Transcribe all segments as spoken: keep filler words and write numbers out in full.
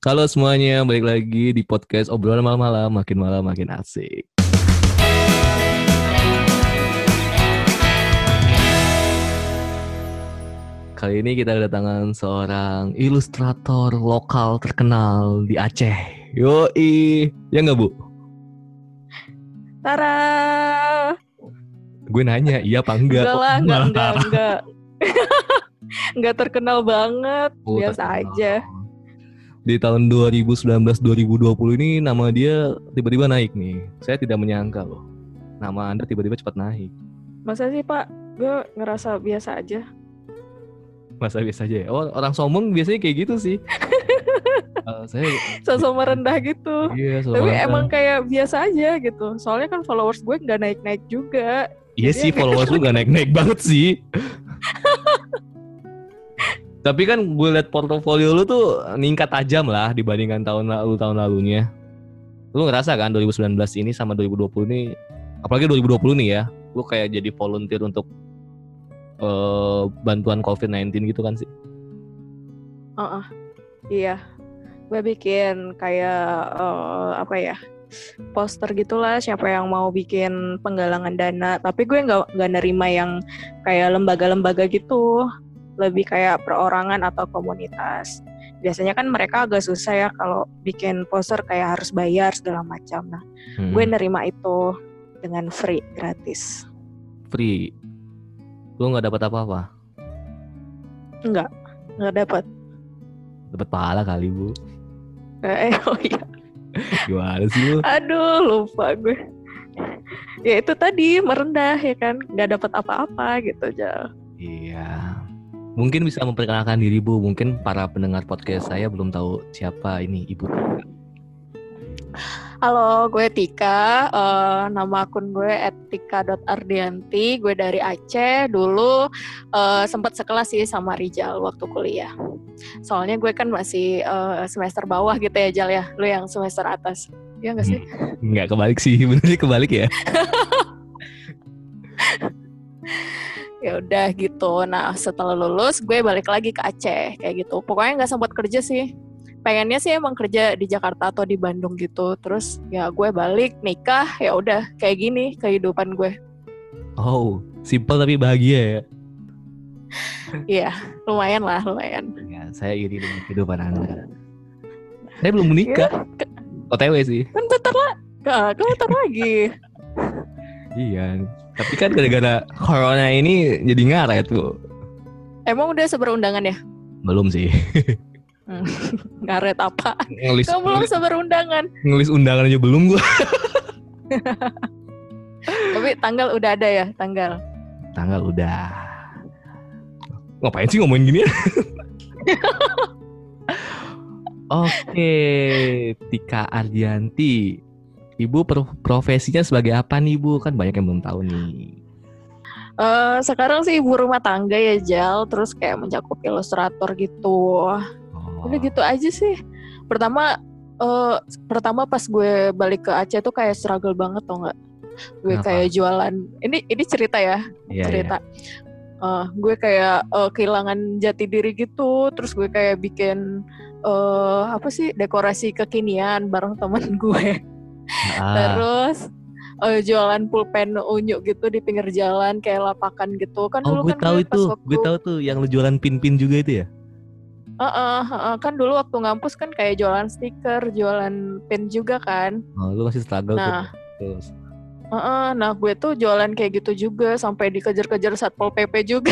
Halo semuanya, balik lagi di podcast obrolan malam-malam, makin malam makin asik. Kali ini kita kedatangan seorang ilustrator lokal terkenal di Aceh. Yoi, ya nggak Bu? Tara. Gue nanya, iya apa enggak? Enggak lah, Oh, enggak, malah enggak, Tara. enggak. Enggak terkenal banget, Oh, biasa terkenal. aja. Di tahun dua ribu sembilan belas dua ribu dua puluh ini nama dia tiba-tiba naik nih. Saya tidak menyangka loh, nama Anda tiba-tiba cepat naik. Masa sih Pak, gue ngerasa biasa aja. Masa biasa aja ya? Oh, orang sombong biasanya kayak gitu sih. uh, saya Sosok merendah gitu. Iya, Tapi soalnya emang kayak biasa aja gitu. Soalnya kan followers gue nggak naik-naik juga. iya Jadi sih, ya- followers lu gak naik-naik banget sih. Tapi kan gue liat portofolio lu tuh meningkat tajam lah dibandingkan tahun lalu tahun lalunya. Lu ngerasa kan dua ribu sembilan belas ini sama dua ribu dua puluh ini, apalagi dua ribu dua puluh nih ya, lu kayak jadi volunteer untuk uh, bantuan covid sembilan belas gitu kan sih? Uh-uh. Iya, gue bikin kayak uh, apa ya, poster gitulah, siapa yang mau bikin penggalangan dana. Tapi gue nggak nggak nerima yang kayak lembaga-lembaga gitu, lebih kayak perorangan atau komunitas. Biasanya kan mereka agak susah ya kalau bikin poster kayak harus bayar segala macam. Nah, Hmm. gue nerima itu dengan free, gratis. Free. Lu nggak dapat apa-apa? Enggak, nggak dapat. Dapat pahala kali Bu. Eh, oh iya. Gimana sih lu? Aduh, lupa gue. Ya itu tadi merendah ya kan, nggak dapat apa-apa gitu aja. Iya. Mungkin bisa memperkenalkan diri Bu. Mungkin para pendengar podcast saya belum tahu siapa ini Ibu. Halo, gue Tika. Uh, nama akun gue et tika dot ardianti. Gue dari Aceh. Dulu uh, sempat sekelas sih sama Rijal waktu kuliah. Soalnya gue kan masih uh, semester bawah gitu ya Jal ya. Lu yang semester atas. Iya nggak sih? Nggak kebalik sih, benernya kebalik ya. Ya udah gitu. Nah setelah lulus gue balik lagi ke Aceh kayak gitu. Pokoknya nggak sempat kerja sih. Pengennya sih emang kerja di Jakarta atau di Bandung gitu. Terus ya gue balik nikah, ya udah kayak gini kehidupan gue. Oh, simple tapi bahagia ya. Iya, lumayan lah, lumayan. Ya, saya iri dengan kehidupan Anda. Saya belum menikah. O T W sih. Kan bentar lah, kan bentar lagi. Iya. Tapi kan gara-gara corona ini jadi ngaret tuh. Emang udah seberundangan ya? Belum sih. Hmm. Ngaret apa? Ngelis, Kamu belum seberundangan. ngelis undangan aja belum gua. Tapi tanggal udah ada ya, tanggal. Tanggal udah. Ngapain sih ngomongin gini? Oke, Tika Ardianti. Ibu pro- profesinya sebagai apa nih Bu? Kan banyak yang belum tahu nih. Uh, sekarang sih ibu rumah tangga ya Jal, terus kayak mencakup ilustrator gitu. Oh. Udah gitu aja sih. Pertama, uh, pertama pas gue balik ke Aceh tuh kayak struggle banget tau nggak? Gue Kenapa? kayak jualan. Ini ini cerita ya, Iya, cerita. Uh, gue kayak uh, kehilangan jati diri gitu. Terus gue kayak bikin uh, apa sih dekorasi kekinian bareng temen gue. iya. Ah. Terus uh, jualan pulpen unyu gitu di pinggir jalan kayak lapakan gitu kan. Oh, dulu gue kan tahu gue itu. pas waktu Gue tahu tuh yang lu jualan pin-pin juga itu ya. Uh-uh, uh-uh. Kan dulu waktu ngampus kan kayak jualan stiker, jualan pin juga kan. Oh, lu masih struggle Nah. tuh. Terus. Uh-uh, nah gue tuh jualan kayak gitu juga sampai dikejar-kejar Satpol P P juga.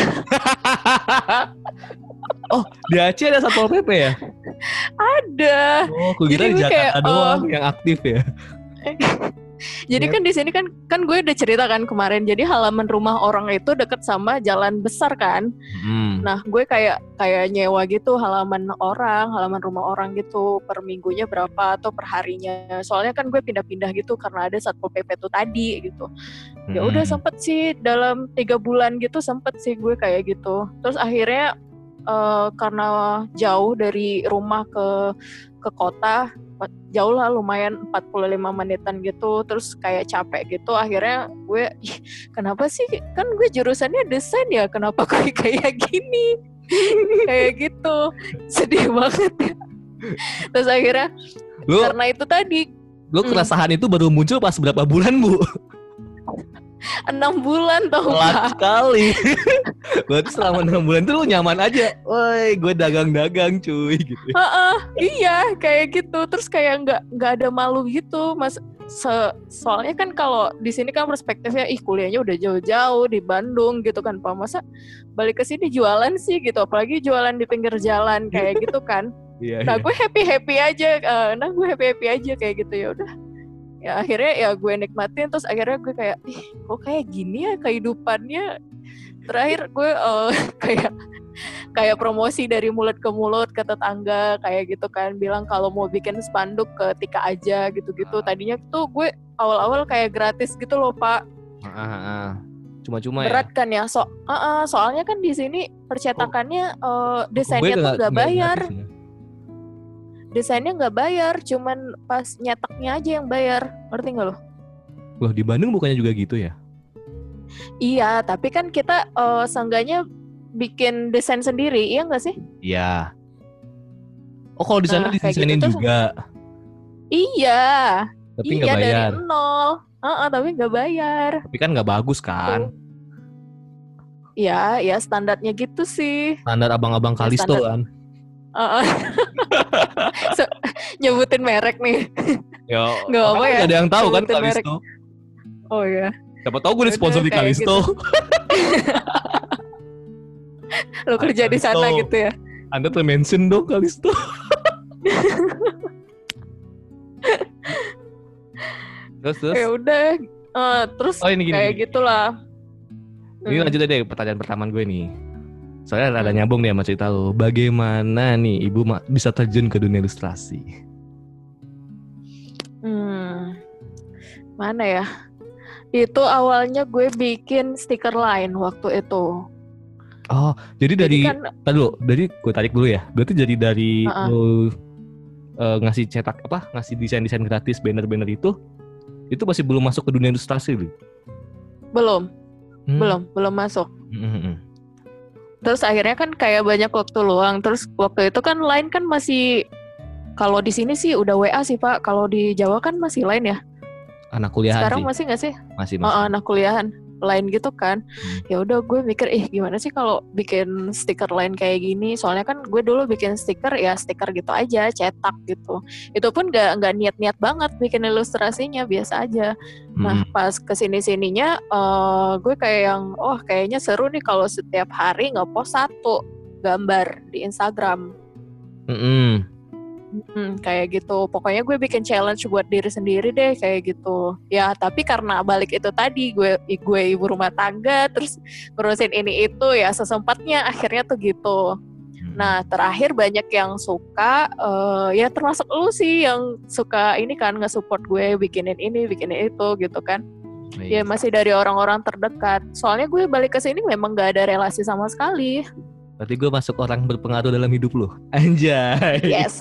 Oh, di Aceh ada Satpol P P ya? Ada. Oh, aku kira Jadi di gue Jakarta kayak, doang oh. yang aktif ya. Jadi Yep. kan di sini kan kan gue udah cerita kan kemarin. Jadi halaman rumah orang itu deket sama jalan besar kan. Hmm. Nah gue kayak kayak nyewa gitu halaman orang, halaman rumah orang gitu per minggunya berapa atau per harinya. Soalnya kan gue pindah-pindah gitu karena ada Satpol P P tuh tadi gitu. Ya udah Hmm. sempet sih dalam tiga bulan gitu sempet sih gue kayak gitu. Terus akhirnya uh, karena jauh dari rumah ke ke kota, jauh lah lumayan empat puluh lima menitan gitu, terus kayak capek gitu, akhirnya gue ih, kenapa sih kan gue jurusannya desain ya, kenapa gue kayak gini kayak gitu, sedih banget ya. Terus akhirnya Lu karena itu tadi lu Hmm. keresahan itu baru muncul pas berapa bulan, Bu? enam bulan tau Telat Pak. sekali. Berarti selama enam bulan itu lu nyaman aja. Woi, gue dagang-dagang cuy gitu. Heeh, iya kayak gitu. Terus kayak nggak nggak ada malu gitu mas. Se- soalnya kan kalau di sini kan perspektifnya ih kuliahnya udah jauh-jauh di Bandung gitu kan Pak, masa balik ke sini jualan sih gitu, apalagi jualan di pinggir jalan kayak gitu kan. Iya, Nah iya. gue happy happy aja, eh, nah gue happy happy aja kayak gitu, ya udah. Ya akhirnya ya gue nikmatin, terus akhirnya gue kayak ih kok kayak gini ya kehidupannya. Terakhir gue eh, kayak kayak promosi dari mulut ke mulut ke tetangga kayak gitu kan, bilang kalau mau bikin spanduk ke Tika aja gitu-gitu. Tadinya tuh gue awal-awal kayak gratis gitu loh Pak. Ah, ah, ah. Cuma-cuma ya. Berat kan ya, so uh, uh, soalnya kan di sini percetakannya eh, desainnya Gue tuh nggak- nggak nggak bayar, gratis ya. desainnya nggak bayar, cuman pas nyetaknya aja yang bayar, ngerti nggak lo? Loh, di Bandung bukannya juga gitu ya? Iya, tapi kan kita eh, seenggaknya bikin desain sendiri, iya nggak sih? Iya. Oh, kalau di sana Nah, kayak didesainin gitu tuh- juga, Iya, tapi iya nggak bayar. dari nol, uh, tapi nggak bayar. Tapi kan nggak bagus kan? Ya, ya standarnya gitu sih. Standar abang-abang Ya, Kalisto standar. kan? Uh, uh. So, nyebutin merek nih. Ya, Nggak apa orang ya, nggak ada yang tahu kan sebutin merek. Kalisto. Oh ya, Siapa tahu gue di Yaudah, sponsor di kayak Kalisto. lo kerja di sana Kalisto. gitu ya? Anda termention dong Kalisto. Terus terus. Ya udah, eh, terus Oh, ini gini, kayak gini. gitulah. Ini Hmm. lanjut deh pertanyaan pertama gue nih. Soalnya ada nyambung nih sama cerita lo. Bagaimana nih ibu ma- bisa terjun ke dunia ilustrasi? Hmm. Mana ya? Itu awalnya gue bikin stiker line waktu itu. Oh, jadi dari Jadi kan, Tadi dulu, dari gue tarik dulu ya. Berarti jadi dari Uh-uh. lo eh, ngasih cetak apa, ngasih desain-desain gratis banner-banner itu, itu masih belum masuk ke dunia ilustrasi lu? belum, Hmm. belum, belum masuk. Hmm, hmm, hmm. Terus akhirnya kan kayak banyak waktu luang. Terus waktu itu kan line kan masih, kalau di sini sih udah W A sih Pak. Kalau di Jawa kan masih line ya. Anak kuliahan Sekarang sih. masih nggak sih? Masih Oh, masih. anak kuliahan line gitu kan. Hmm. Ya udah gue mikir ih gimana sih kalau bikin stiker line kayak gini. Soalnya kan gue dulu bikin stiker ya stiker gitu aja, cetak gitu. Itu pun nggak nggak niat-niat banget bikin ilustrasinya, biasa aja. Nah Hmm. pas kesini sininya eh, gue kayak yang oh kayaknya seru nih kalau setiap hari ngepost satu gambar di Instagram. Hmm. Hmm, kayak gitu. Pokoknya gue bikin challenge buat diri sendiri deh kayak gitu. Ya tapi karena balik itu tadi gue gue ibu rumah tangga, terus ngurusin ini itu ya sesempatnya akhirnya tuh gitu. Nah terakhir banyak yang suka, eh, ya termasuk lu sih yang suka ini kan nge-support gue bikinin ini bikinin itu gitu kan. Ya masih dari orang-orang terdekat. Soalnya gue balik ke sini memang gak ada relasi sama sekali. Berarti gue masuk orang berpengaruh dalam hidup lo. Anjay. Yes.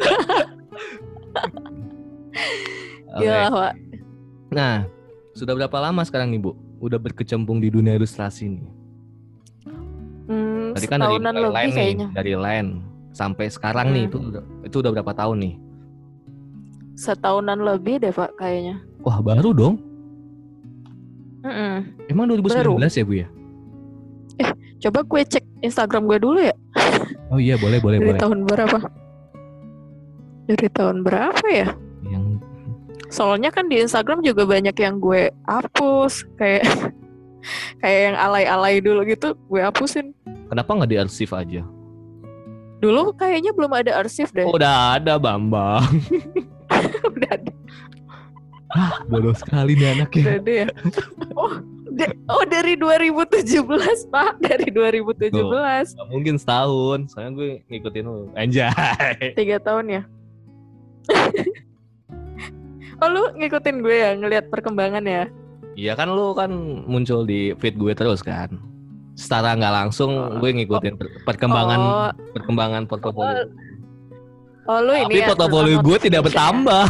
Oke. Gila Pak. Nah, sudah berapa lama sekarang nih Bu? Udah berkecimpung di dunia ilustrasi nih. Hmm, Tadi kan dari setahunan mulai lebih line nih, kayaknya. dari line sampai sekarang nih Hmm. itu udah- itu udah berapa tahun nih? Setahunan lebih deh Pak kayaknya. Wah, baru dong. Mm-mm. Emang dua ribu sembilan belas ya Bu ya? Coba gue cek Instagram gue dulu ya. Oh iya, boleh boleh Dari boleh. tahun berapa? Dari tahun berapa ya? Yang Soalnya kan di Instagram juga banyak yang gue hapus, kayak kayak yang alay-alay dulu gitu, gue hapusin. kenapa nggak diarsip aja? Dulu kayaknya belum ada arsip deh. Oh, udah ada Bambang. Udah ada, Bodoh sekali nih anaknya. udah ada ya. Oh, da- oh dari dua ribu tujuh belas Pak, dari dua ribu tujuh belas. Gak mungkin setahun, soalnya gue ngikutin lu. Anjay. Tiga tahun ya. Oh lu ngikutin gue ya, ngelihat perkembangan ya? Iya kan lu kan muncul di feed gue terus kan. Secara nggak langsung Oh. gue ngikutin per- perkembangan Oh. perkembangan portofolio. Oh lu ini Tapi ya, portofolio gue tidak notification ya? bertambah.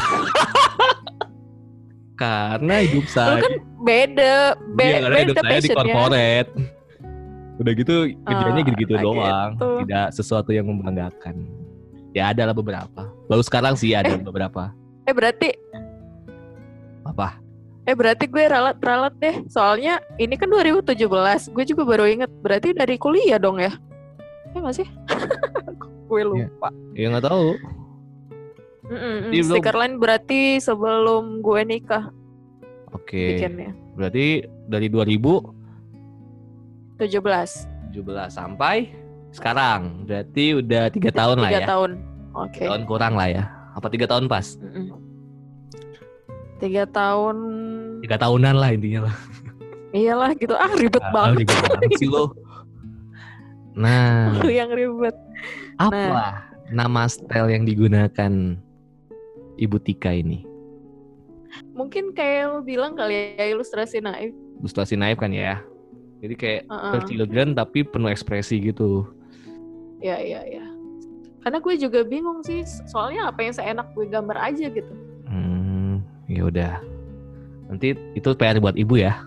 Karena hidup Lu saya kan beda, be- Iya, karena hidup beda saya di passionnya. corporate. Udah gitu kerjanya Ah, gitu-gitu nah doang, gitu. tidak sesuatu yang membanggakan. Ya ada lah beberapa. Baru sekarang sih ada eh. beberapa. Eh berarti apa? Eh berarti gue ralat-ralat deh. Soalnya ini kan dua ribu tujuh belas. Gue juga baru inget. Berarti dari kuliah dong ya? Ya nggak sih? Gue lupa. Ya nggak tahu. Stiker line berarti sebelum gue nikah. Oke. Bikinnya. Berarti dari dua ribu tujuh belas tujuh belas sampai sekarang. Berarti udah tiga tahun lah ya. Tiga tahun. Oke. Okay. Tahun kurang lah ya. Apa tiga tahun pas? Mm-mm. Tiga tahun. Tiga tahunan lah intinya lah. Iyalah gitu. Ah ribet ah, banget. Ribet banget sih lo. Nah. Lu yang ribet. Apa nah. nama style yang digunakan Ibu Tika ini? Mungkin kayak lo bilang kali ya, ilustrasi naif. Ilustrasi naif kan ya. Jadi kayak uh-uh. children tapi penuh ekspresi gitu. Ya ya ya. Karena gue juga bingung sih. Soalnya apa yang seenak gue gambar aja gitu. Hmm, ya udah. Nanti itu P R buat ibu ya.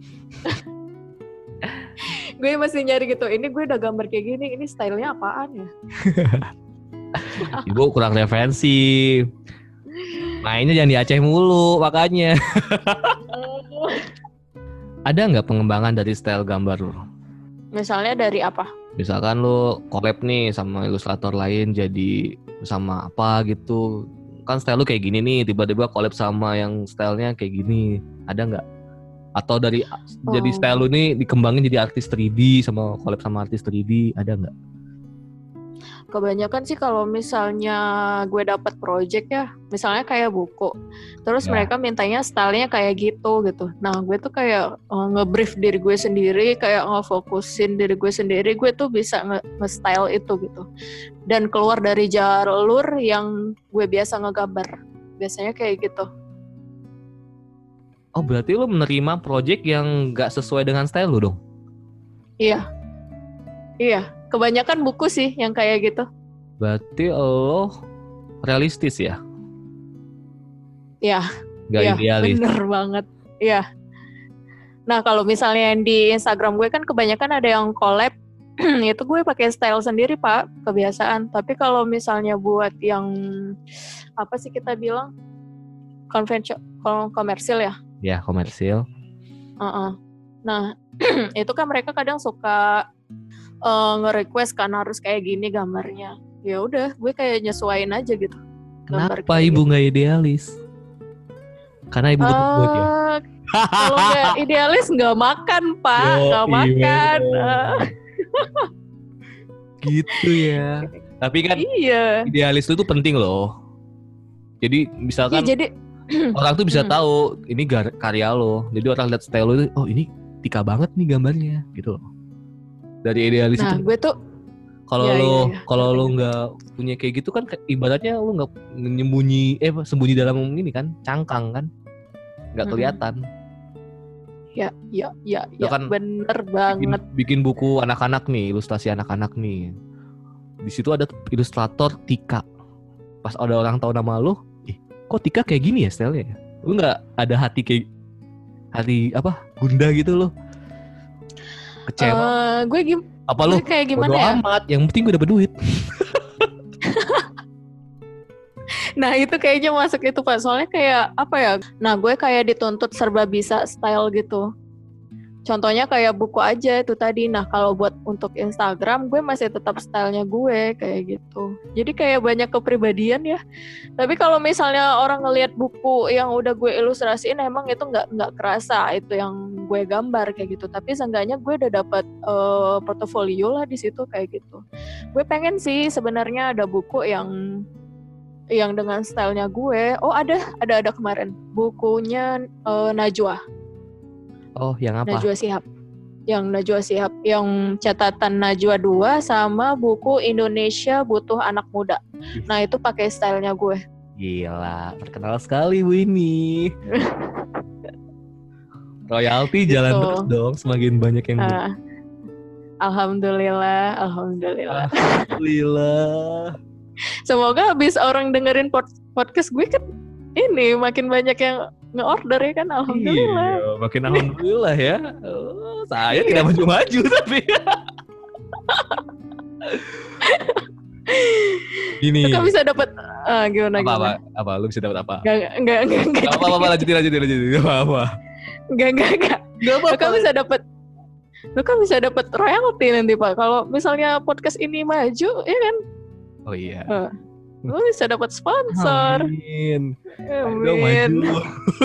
Gue masih nyari gitu. Ini gue udah gambar kayak gini. Ini stylenya apaan ya? Ibu kurang referensi. Mainnya jangan di Aceh mulu makanya. Ada nggak pengembangan dari style gambar lo? Misalnya dari apa? Misalkan lo collab nih sama ilustrator lain jadi sama apa gitu. Kan style lo kayak gini nih, tiba-tiba collab sama yang stylenya kayak gini. Ada nggak? Atau dari oh. jadi style lo nih dikembangin jadi artis tiga D sama collab sama artis tiga D, ada nggak? Kebanyakan sih kalau misalnya gue dapat project ya, misalnya kayak buku, terus ya. Mereka mintanya stylenya kayak gitu gitu. Nah gue tuh kayak uh, nge-brief diri gue sendiri, kayak ngefokusin diri gue sendiri, gue tuh bisa nge- nge-style itu gitu. Dan keluar dari jalur yang gue biasa ngegambar, biasanya kayak gitu. Oh berarti lo menerima project yang gak sesuai dengan style lo dong? Iya, iya. Kebanyakan buku sih yang kayak gitu. Berarti lo realistis ya? Iya. Gak ya, idealis. Bener banget. Iya. Nah kalau misalnya yang di Instagram gue kan kebanyakan ada yang collab. Itu gue pakai style sendiri Pak, kebiasaan. Tapi kalau misalnya buat yang apa sih kita bilang konvensional, komersil ya? Ya komersil. Uh-uh. Nah itu kan mereka kadang suka Uh, nge-request kan harus kayak gini gambarnya. Ya udah, gue kayak nyesuaiin aja gitu. Kenapa ibu nggak gitu. Idealis? Karena ibu betul uh, ya. Kalau nggak idealis nggak makan Pak, nggak makan. Uh. Gitu ya. Tapi kan iya. Idealis itu tuh penting loh. Jadi misalkan ya, jadi, orang tuh bisa hmm. tahu ini gar- karya lo. Jadi orang lihat style lo itu, oh ini Tika banget nih gambarnya, gitu loh. Dari idealis nah, itu. gue tuh kalau ya, lo ya, ya. kalau lo nggak punya kayak gitu kan ibaratnya lo nggak nyembunyi eh sembunyi dalam ini kan cangkang kan nggak kelihatan. Ya ya ya ya kan bener banget. Bikin, bikin buku anak-anak nih, ilustrasi anak-anak nih. Di situ ada ilustrator Tika. Pas ada orang tahu nama lo, eh kok Tika kayak gini ya stylenya? Lo nggak ada hati kayak hati apa gundah gitu lo? Kecewa. Uh, gue gim- apa lu? Kayak gimana bodo ya? amat, yang penting gue dapet duit. Nah itu kayaknya masuk itu Pak. Soalnya kayak apa ya? Nah gue kayak dituntut serba bisa style gitu. Contohnya kayak buku aja itu tadi. Nah kalau buat untuk Instagram gue masih tetap stylenya gue kayak gitu. Jadi kayak banyak kepribadian ya. Tapi kalau misalnya orang ngelihat buku yang udah gue ilustrasiin, emang itu nggak nggak kerasa itu yang gue gambar kayak gitu. Tapi seenggaknya gue udah dapat uh, portofolio lah di situ kayak gitu. Gue pengen sih sebenarnya ada buku yang yang dengan stylenya gue. Oh ada ada ada kemarin bukunya uh, Najwa. Oh, yang apa? Najwa Shihab. Yang Najwa Shihab, yang catatan Najwa dua sama buku Indonesia Butuh Anak Muda. Nah, itu pakai stylenya gue. Gila, terkenal sekali Bu ini. Royalti jalan gitu. Terus dong, semakin banyak yang beli. Uh, alhamdulillah, alhamdulillah. Alhamdulillah. Semoga habis orang dengerin pod- podcast gue kan ini makin banyak yang nge-order ya kan, alhamdulillah. Iya, makin alhamdulillah ya. Oh, saya iya. Tidak maju-maju tapi. Gini. Lu kan bisa dapat uh, gimana apa, gimana? Apa? Apa? Lu bisa dapat apa? Enggak enggak enggak enggak. Gak apa-apa, lanjutin lanjutin lanjutin. Gak apa-apa. Enggak enggak enggak. Gak apa-apa. Lu kan bisa dapat Lu kan bisa dapat royalti nanti Pak. Kalau misalnya podcast ini maju, ya kan? Oh iya. Uh, lu bisa dapat sponsor. Amin. Amin. Maju.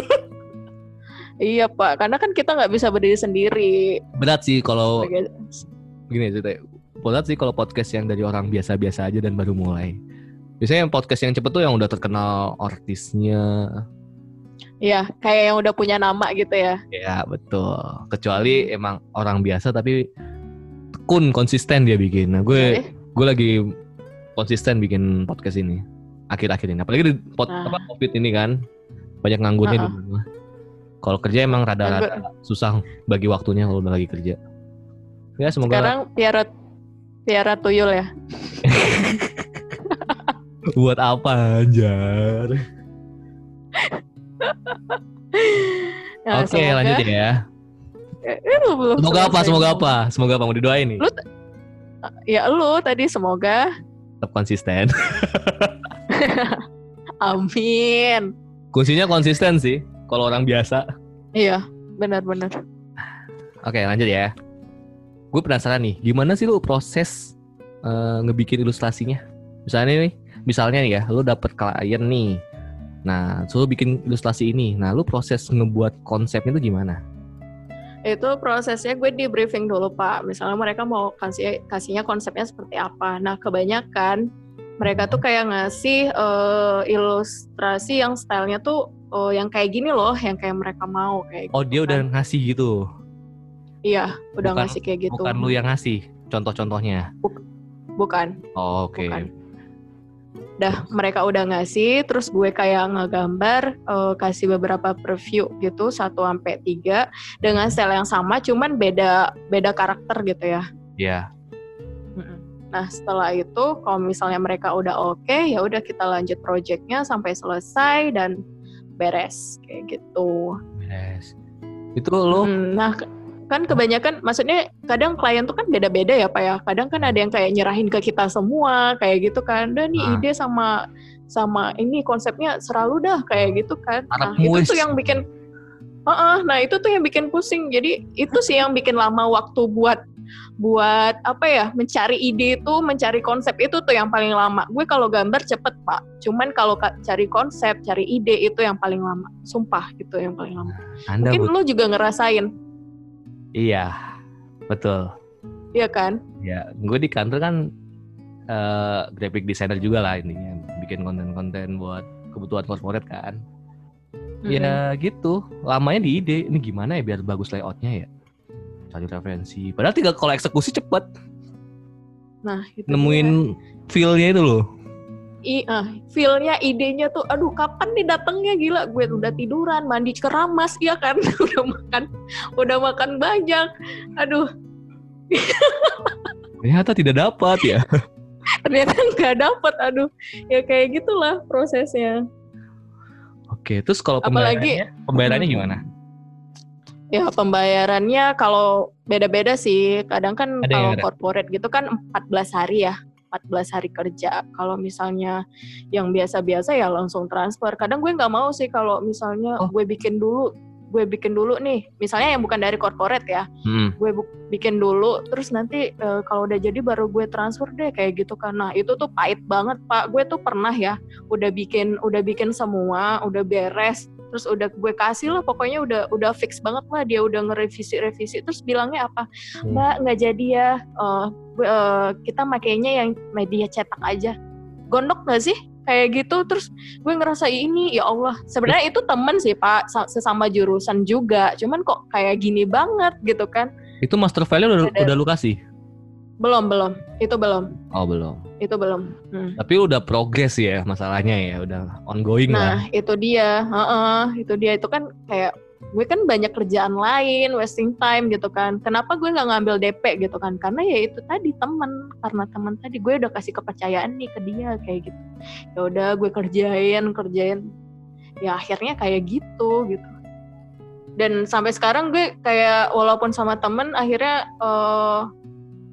Iya Pak, karena kan kita nggak bisa berdiri sendiri. Berat sih kalau begini ceritanya. Berat sih kalau podcast yang dari orang biasa-biasa aja dan baru mulai. Biasanya yang podcast yang cepet tuh yang udah terkenal artisnya. Iya, kayak yang udah punya nama gitu ya. Iya betul. Kecuali emang orang biasa tapi tekun konsisten dia bikin. Nah gue Jadi, gue lagi konsisten bikin podcast ini akhir-akhir ini. Apalagi di pod, nah. apa, COVID ini kan banyak nganggurnya Uh-uh. di rumah. Kalau kerja emang rada-rada susah bagi waktunya kalau udah lagi kerja. Ya semoga. Sekarang piara piara tuyul ya. Buat apa anjar? Ya, Oke okay, lanjut ya. Eh, lu belum semoga apa? Semoga ngomong. apa? Semoga apa? Mau didoain nih? Lu, ya lu tadi semoga. Tetap konsisten. Amin. Kuncinya konsisten sih. Kalau orang biasa. Iya, benar-benar. Oke, lanjut ya. Gue penasaran nih, gimana sih lu proses uh, ngebikin ilustrasinya? Misalnya nih, misalnya nih ya, lu dapet klien nih. Nah, so lu bikin ilustrasi ini. Nah, lu proses ngebuat konsepnya itu gimana? Itu prosesnya gue di briefing dulu Pak. Misalnya mereka mau kasih kasihnya konsepnya seperti apa. Nah, kebanyakan mereka tuh kayak ngasih uh, ilustrasi yang stylenya tuh oh yang kayak gini loh, yang kayak mereka mau kayak. Oh gitu, dia kan. udah ngasih gitu? Iya, udah bukan, ngasih kayak gitu. Bukan lu yang ngasih contoh-contohnya? Buk- bukan. Oh, oke. Okay. Dah mereka udah ngasih, terus gue kayak ngegambar, uh, kasih beberapa preview gitu, satu sampai tiga dengan style yang sama, cuman beda beda karakter gitu ya. Iya. Yeah. Nah setelah itu, kalau misalnya mereka udah oke, okay, ya udah kita lanjut projectnya sampai selesai dan beres kayak gitu. Beres. Itu lo? Hmm, nah kan kebanyakan, maksudnya kadang klien tuh kan beda-beda ya Pak ya. Kadang kan ada yang kayak nyerahin ke kita semua kayak gitu kan. Dan nih nah. ide sama sama ini konsepnya selalu dah kayak gitu kan. Nah itu tuh yang bikin, uh-uh, nah itu tuh yang bikin pusing. Jadi itu sih yang bikin lama waktu buat buat apa ya, mencari ide itu, mencari konsep itu tuh yang paling lama. Gue kalau gambar cepet Pak, cuman kalau cari konsep, cari ide itu yang paling lama. Sumpah itu yang paling lama. Anda mungkin but- lu juga ngerasain. Iya, betul. Iya kan? Ya, gue di kantor kan uh, graphic designer juga lah intinya, bikin konten-konten buat kebutuhan corporate kan. Mm-hmm. Ya gitu, lamanya di ide, ini gimana ya biar bagus layoutnya ya. Cari referensi. Padahal tinggal kalau eksekusi cepet. Nah, itu nemuin feel-nya itu loh. Iya, feel-nya, idenya tuh, aduh kapan nih datangnya, gila, gue udah tiduran, mandi keramas, iya kan, udah makan, udah makan banyak, aduh. Ternyata tidak dapat ya. Ternyata nggak dapat, aduh, ya kayak gitulah prosesnya. Oke, terus kalau pembayarannya, Apalagi, pembayarannya gimana? Ya pembayarannya kalau beda-beda sih, kadang kan kalau corporate gitu kan empat belas hari ya. empat belas hari kerja. Kalau misalnya yang biasa-biasa ya langsung transfer. Kadang gue nggak mau sih kalau misalnya oh. gue bikin dulu, gue bikin dulu nih. Misalnya yang bukan dari corporate ya, hmm. gue bu- bikin dulu. Terus nanti e, kalau udah jadi baru gue transfer deh kayak gitu kan. Nah itu tuh pahit banget Pak. Gue tuh pernah ya, udah bikin, udah bikin semua, udah beres. Terus udah gue kasih lah, pokoknya udah udah fix banget lah, dia udah ngerevisi-revisi. Terus bilangnya apa? Mbak nggak jadi ya. Uh, Uh, kita makainya yang media cetak aja. Gondok gak sih kayak gitu? Terus gue ngerasa ini, ya Allah, sebenarnya itu temen sih Pak, sesama jurusan juga, cuman kok kayak gini banget gitu kan. Itu master file udah, udah lu kasih? Belum, belum, itu belum. Oh belum. Itu belum. Hmm. Tapi udah progres ya masalahnya ya, udah ongoing nah, lah. Nah itu dia, uh-uh, itu dia, itu kan kayak gue kan banyak kerjaan lain, wasting time gitu kan. Kenapa gue nggak ngambil D P gitu kan? Karena ya itu tadi teman, karena teman tadi gue udah kasih kepercayaan nih ke dia kayak gitu. Ya udah gue kerjain, kerjain. Ya akhirnya kayak gitu gitu. Dan sampai sekarang gue kayak walaupun sama temen akhirnya uh,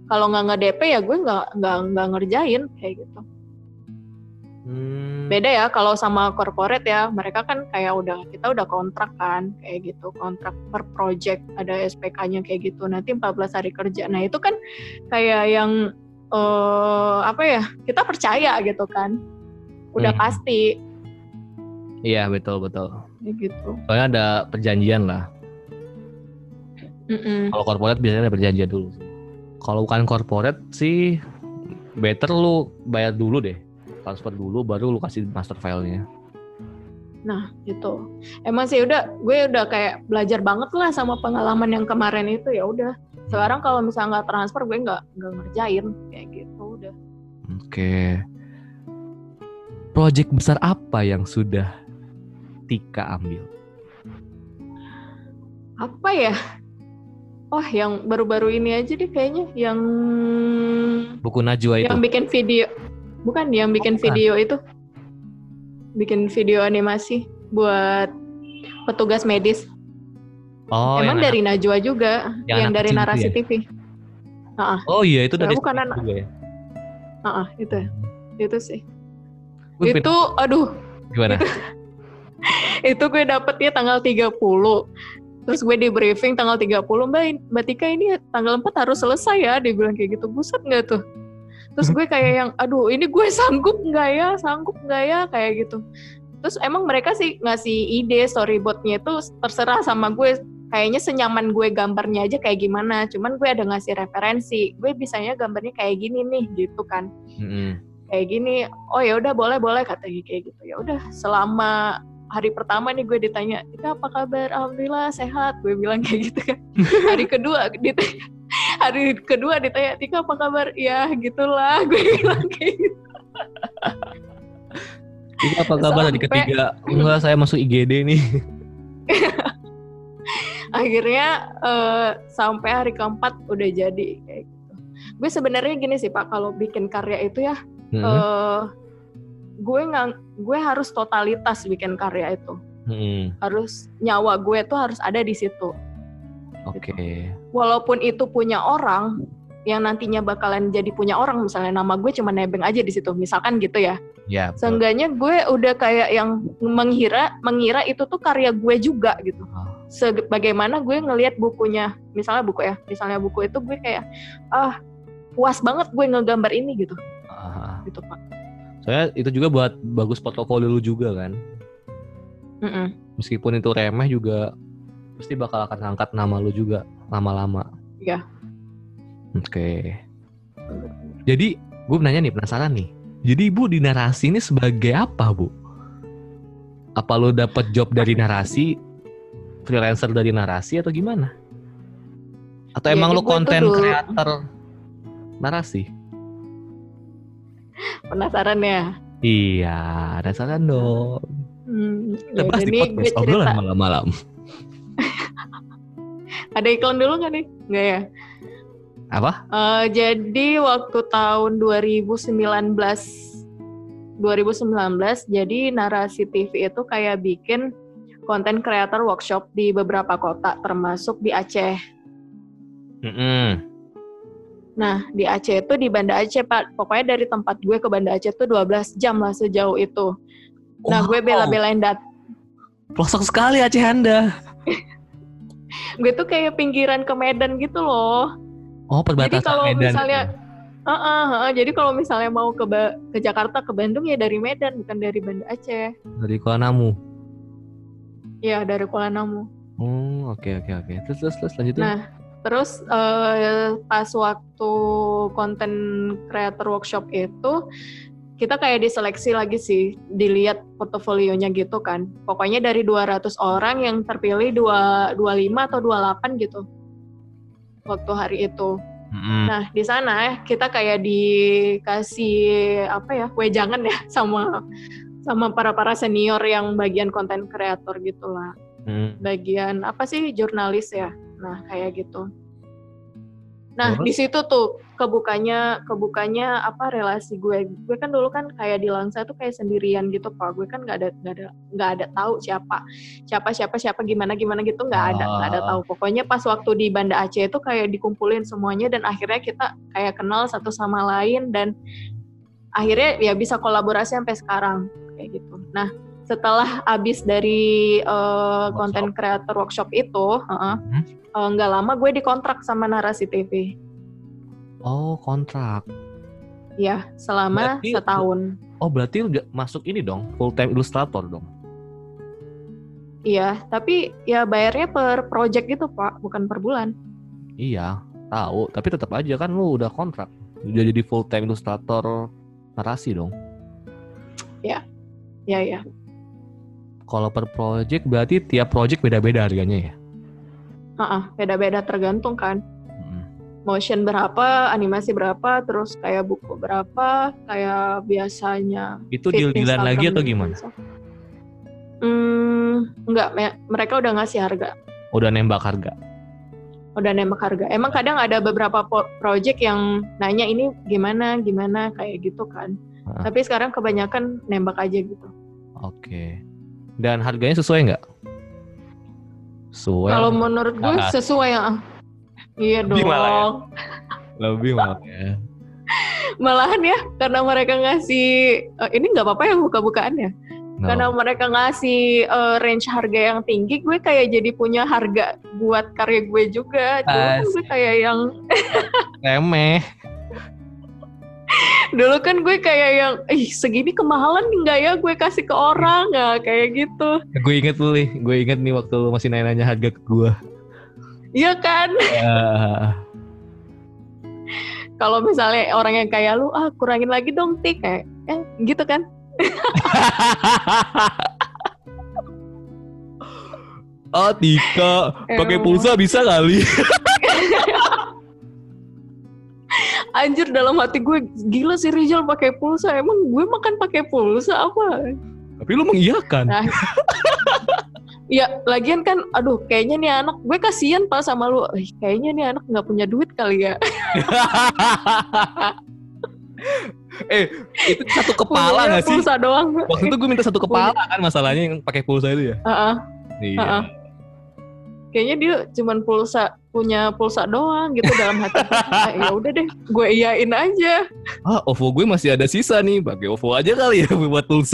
kalau nggak nge-D P ya gue nggak nggak nggak ngerjain kayak gitu. Hmm. Beda ya kalau sama corporate ya, mereka kan kayak udah kita udah kontrak kan kayak gitu, kontrak per project, ada S P K-nya kayak gitu. Nanti empat belas hari kerja. Nah, itu kan kayak yang uh, apa ya? Kita percaya gitu kan. Udah Hmm. pasti. Iya, betul betul. Kayak gitu. Soalnya ada perjanjian lah. Mm-mm. Kalau corporate biasanya ada perjanjian dulu. Kalau bukan corporate sih better lu bayar dulu deh. Transfer dulu baru lu kasih master filenya. Nah gitu. Emang sih udah gue udah kayak belajar banget lah sama pengalaman yang kemarin itu. Ya udah. Sekarang kalau misalnya nggak transfer gue nggak nggak ngerjain kayak gitu udah. Oke. Project besar apa yang sudah Tika ambil? Apa ya? Oh, yang baru-baru ini aja deh kayaknya yang Buku Najwa itu. yang bikin video. Bukan yang bikin Oh, bukan. video itu. Bikin video animasi buat petugas medis. Oh, Emang yang dari anak, Najwa juga, yang yang anak dari kecil Narasi itu T V. Heeh. Oh iya, itu Ya, dari bukan Sonic anak. juga ya. Heeh, itu. Itu sih. Gue Itu aduh, gimana? itu gue dapetnya tanggal tiga puluh. Terus gue di briefing tanggal tiga puluh, Mbak, Mbak Tika ini tanggal empat harus selesai ya, dia bilang kayak gitu. Buset nggak tuh? Terus gue kayak yang, aduh ini gue sanggup nggak ya, sanggup nggak ya, kayak gitu. Terus emang mereka sih ngasih ide storyboardnya itu terserah sama gue, kayaknya senyaman gue gambarnya aja kayak gimana. Cuman gue ada ngasih referensi, gue bisanya gambarnya kayak gini nih, gitu kan. Mm-hmm. Kayak gini, oh ya udah boleh boleh katanya kayak gitu. Ya udah selama hari pertama nih gue ditanya, Tika apa kabar? Alhamdulillah sehat, gue bilang kayak gitu kan. Hari kedua ditanya, hari kedua ditanya, Tika apa kabar? Ya gitulah, gue bilang kayak gitu. Tika apa kabar? Hari ketiga, enggak saya masuk I G D nih. Akhirnya uh, sampai hari keempat udah jadi kayak gitu. Gue sebenarnya gini sih Pak, kalau bikin karya itu ya, hmm. uh, gue nggak, gue harus totalitas bikin karya itu, hmm. harus nyawa gue tuh harus ada di situ. Oke. Okay. Gitu. Walaupun itu punya orang yang nantinya bakalan jadi punya orang, misalnya nama gue cuma nebeng aja di situ, misalkan gitu ya. Ya. Seenggaknya gue udah kayak yang mengira, mengira itu tuh karya gue juga gitu. Oh. Sebagaimana gue ngelihat bukunya, misalnya buku ya, misalnya buku itu gue kayak, ah puas banget gue ngegambar ini gitu. Ah. Gitu Pak. Soalnya itu juga buat bagus portofolio lu juga kan. Mm-mm. Meskipun itu remeh juga pasti bakal akan angkat nama lu juga lama-lama. Iya. Oke. Okay. Jadi gue nanya nih, penasaran nih. Jadi Ibu di narasi ini sebagai apa Bu? Apa lu dapat job dari narasi, freelancer dari narasi atau gimana? Atau emang lu konten kreator narasi? Penasaran ya? Iya, penasaran dong. Hmm, Kita bahas di podcast obrolan malam-malam. Ada iklan dulu nggak nih? Nggak ya? Apa? Uh, jadi waktu tahun dua ribu sembilan belas, jadi Narasi T V itu kayak bikin konten creator workshop di beberapa kota, termasuk di Aceh. Mm-hmm. Nah, di Aceh itu, di Banda Aceh, Pak. Pokoknya dari tempat gue ke Banda Aceh itu dua belas jam lah sejauh itu. Nah, wow. Gue bela-belain dat. Pelosok sekali Aceh Anda. Gue tuh kayak pinggiran ke Medan gitu loh. Oh, perbatasan jadi kalau Medan. Misalnya, uh, uh, uh, jadi kalau misalnya mau ke, ba- ke Jakarta, ke Bandung ya dari Medan, bukan dari Banda Aceh. Dari Kuala Namu? Iya, dari Kuala Namu. Oh, oke, okay, oke, okay, oke. Okay. Terus, terus, terus, lanjutin. Nah, terus uh, pas waktu konten creator workshop itu kita kayak diseleksi lagi sih, dilihat portofolionya gitu kan. Pokoknya dari dua ratus orang yang terpilih dua puluh lima atau dua puluh delapan gitu waktu hari itu. Mm-hmm. Nah di sana kita kayak dikasih apa ya, wejangan ya sama sama para para senior yang bagian konten kreator gitulah. Mm. Bagian apa sih, jurnalis ya. Nah, kayak gitu. Nah, Terus? di situ tuh kebukanya kebukanya apa relasi gue. Gue kan dulu kan kayak di Langsa tuh kayak sendirian gitu, Pak. Gue kan nggak ada nggak ada nggak ada tahu siapa siapa siapa siapa gimana gimana gitu, nggak ada nggak ada tahu. Pokoknya pas waktu di Banda Aceh itu kayak dikumpulin semuanya dan akhirnya kita kayak kenal satu sama lain dan akhirnya ya bisa kolaborasi sampai sekarang kayak gitu. Nah, setelah abis dari uh, content creator workshop itu, uh-uh, hmm. nggak lama gue dikontrak sama Narasi T V. Oh, kontrak. Ya, selama berarti, setahun. Oh, berarti udah masuk ini dong, full time ilustrator dong. Iya, tapi ya bayarnya per project gitu, Pak, bukan per bulan. Iya, tahu, tapi tetap aja kan lu udah kontrak. Udah jadi full time ilustrator narasi dong. Ya. Ya, ya. Kalau per project berarti tiap project beda-beda harganya ya? Uh-uh, beda-beda tergantung kan. Hmm. Motion berapa, animasi berapa, terus kayak buku berapa, kayak biasanya. Itu deal-dealan lagi atau gimana? Hmm, enggak, mereka udah ngasih harga. Udah nembak harga? Udah nembak harga. Emang kadang ada beberapa project yang nanya ini gimana, gimana, kayak gitu kan. Uh. Tapi sekarang kebanyakan nembak aja gitu. Oke. Dan harganya sesuai nggak? Sesuai. Kalau menurut gue ah. sesuai ya. Iya dong. Malah ya. Lebih malah ya. Malahan ya, karena mereka ngasih uh, ini nggak apa-apa yang buka-bukaan ya. No. Karena mereka ngasih uh, range harga yang tinggi, gue kayak jadi punya harga buat karya gue juga. Dulu gue kayak yang remeh. Dulu kan gue kayak yang, ih segini kemahalan enggak ya gue kasih ke orang, nggak kayak gitu. Gue inget lu nih, gue inget nih waktu lu masih nanya-nanya harga ke gue. Iya kan? Uh. Kalau misalnya orang yang kayak lu, ah kurangin lagi dong Tik, kayak eh, gitu kan? Oh Tika, pakai pulsa bisa kali? Anjir, dalam hati gue, gila sih Rizal pakai pulsa. Emang gue makan pakai pulsa apa? Tapi lu mengiyakan. Nah, ya lagian kan, aduh kayaknya nih anak, gue kasihan Pak sama lu. Eh, kayaknya nih anak nggak punya duit kali ya. eh itu satu kepala nggak sih? Pulsa doang. Waktu itu gue minta satu kepala kan masalahnya yang pakai pulsa itu ya. Uh-uh. Iya. Uh-uh. Kayaknya dia cuman pulsa punya pulsa doang gitu dalam hati. Ah, ya udah deh, gue iyain aja. Ah, O V O gue masih ada sisa nih, pakai O V O aja kali ya buat pulsa.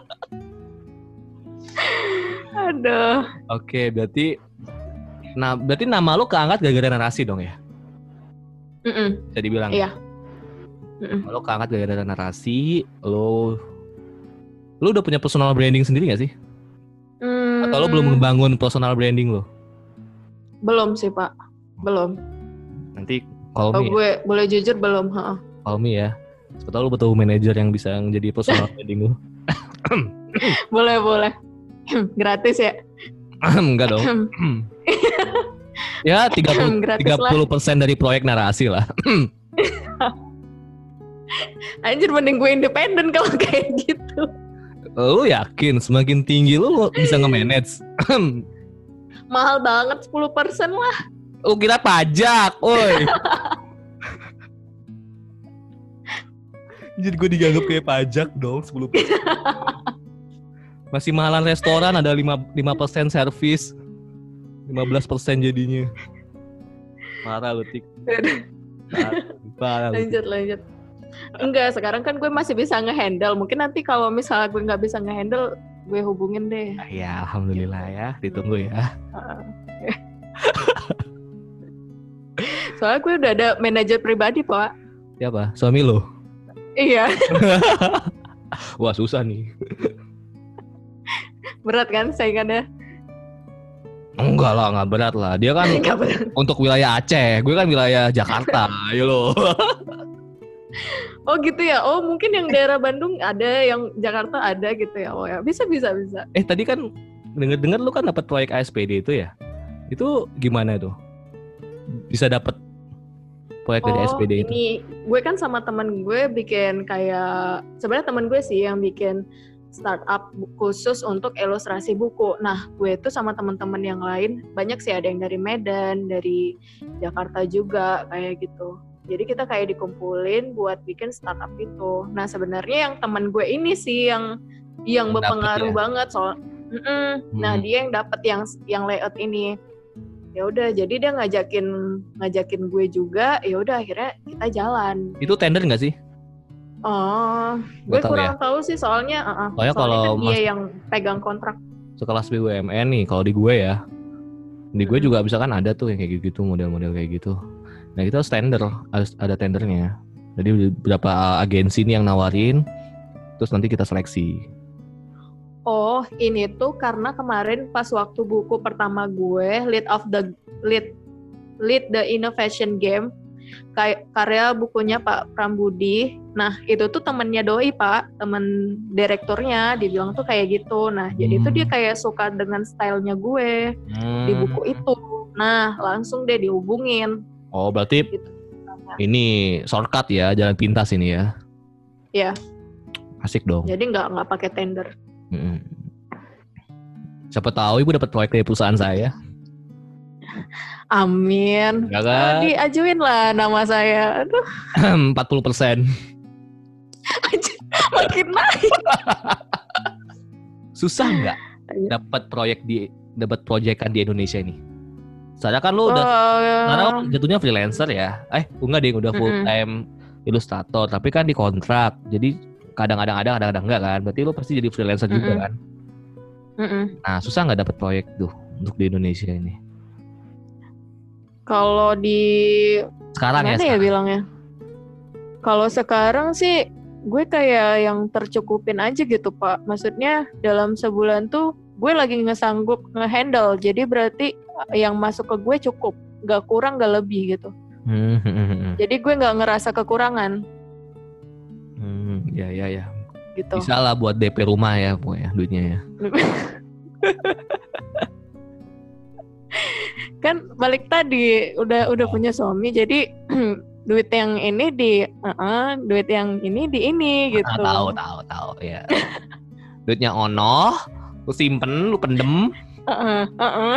Aduh. Oke, berarti, nah berarti nama lo keangkat gara-gara narasi dong ya? Mm-mm. Bisa dibilang. Iya. Lo keangkat gara-gara narasi, lo, lo udah punya personal branding sendiri nggak sih? Mm. Atau lo belum membangun personal branding lo? Belum sih Pak, belum. Nanti call me. Oh, gue ya. Boleh jujur belum. Ha. Call me ya. Sebetulnya lu betul manajer yang bisa jadi personal branding lu. Boleh boleh. Gratis ya? Enggak dong. Ya tiga puluh persen dari proyek narasi lah. Anjir, mending gue independen kalau kayak gitu. Lu yakin semakin tinggi lu bisa nge-manage? Mahal banget, sepuluh persen lah. Lu kira pajak, oi. Jadi gue dianggap kayak pajak dong, sepuluh persen. Masih mahalan restoran, ada lima persen servis, lima belas persen jadinya. Marah lu, Tik. Parah, lanjut, lanjut. Enggak, sekarang kan gue masih bisa nge-handle. Mungkin nanti kalau misalnya gue gak bisa nge-handle, gue hubungin deh. Ya, alhamdulillah ya. Ditunggu ya. Soalnya gue udah ada manajer pribadi, Pak. Siapa? Suami lo? Iya. Wah, susah nih. Berat kan saingannya? Enggak lah, gak berat lah. Dia kan untuk wilayah Aceh. Gue kan wilayah Jakarta. Ayo lo. Oh gitu ya. Oh mungkin yang daerah Bandung ada, yang Jakarta ada gitu ya. Oh ya, bisa bisa bisa. Eh tadi kan dengar-dengar lu kan dapat proyek A S P D itu ya? Itu gimana tuh? Bisa dapat proyek dari oh, A S P D itu? Ini gue kan sama teman gue bikin kayak, sebenarnya teman gue sih yang bikin startup khusus untuk ilustrasi buku. Nah, gue tuh sama teman-teman yang lain banyak sih, ada yang dari Medan, dari Jakarta juga kayak gitu. Jadi kita kayak dikumpulin buat bikin startup itu. Nah, sebenarnya yang teman gue ini sih yang yang berpengaruh ya? banget soal. Hmm. Nah, dia yang dapat yang yang layout ini. Ya udah, jadi dia ngajakin ngajakin gue juga. Ya udah, akhirnya kita jalan. Itu tender nggak sih? Oh, gue tahu kurang ya? tahu sih soalnya. Uh-uh. Soalnya, soalnya kalau kan dia yang pegang kontrak. Sekelas B U M N nih, kalau di gue ya, di gue hmm. juga bisa kan ada tuh yang kayak gitu, model-model kayak gitu. Nah kita harus tender, harus ada tendernya. Jadi beberapa agensi nih yang nawarin, terus nanti kita seleksi. Oh, ini tuh karena kemarin pas waktu buku pertama gue, Lead of the Lead Lead the Innovation Game, kayak karya bukunya Pak Prambudi. Nah, itu tuh temennya Doi, Pak, temen direkturnya, dibilang tuh kayak gitu. Nah, hmm. jadi tuh dia kayak suka dengan stylenya gue hmm. di buku itu. Nah, langsung deh dihubungin. Oh, berarti gitu. Ini shortcut ya, jalan pintas ini ya? Iya. Asik dong. Jadi nggak nggak pakai tender. Hmm. Siapa tahu ibu dapat proyek dari perusahaan saya. Amin. Ya kan? Diajuin lah nama saya. Aduh. empat puluh persen. Makin naik. Susah nggak dapat proyek di dapat proyekan di Indonesia ini? Soalnya kan lu udah oh, ya. Karena jatuhnya freelancer ya. Eh, enggak deh, udah full time mm-hmm. ilustrator, tapi kan di kontrak. Jadi kadang-kadang ada, kadang-kadang enggak kan. Berarti lu pasti jadi freelancer mm-hmm. juga kan. Mm-hmm. Nah, susah nggak dapat proyek tuh untuk di Indonesia ini? Kalau di sekarang ya, sekarang ya bilangnya. Kalau sekarang sih gue kayak yang tercukupin aja gitu, Pak. Maksudnya dalam sebulan tuh gue lagi ngesanggup ngehandle. Jadi berarti yang masuk ke gue cukup, nggak kurang, nggak lebih gitu. Hmm. Jadi gue nggak ngerasa kekurangan. Hmm, ya ya ya. Gitu. Bisa lah buat D P rumah ya, pokoknya duitnya ya. Kan balik tadi udah udah punya suami, jadi duit yang ini di uh-uh, duit yang ini di ini gitu. Ah, tahu tahu tahu ya. Duitnya ono, lu simpen, lu pendem. Uh-uh, uh-uh.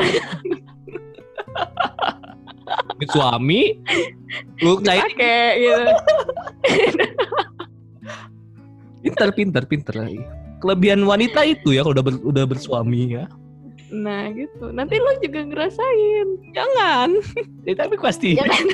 Duit suami, lu pakai gitu. Pinter pinter pinter lagi. Kelebihan wanita itu ya kalau udah ber, udah bersuami ya. Nah gitu. Nanti lo juga ngerasain. Jangan. Ya, tapi pasti.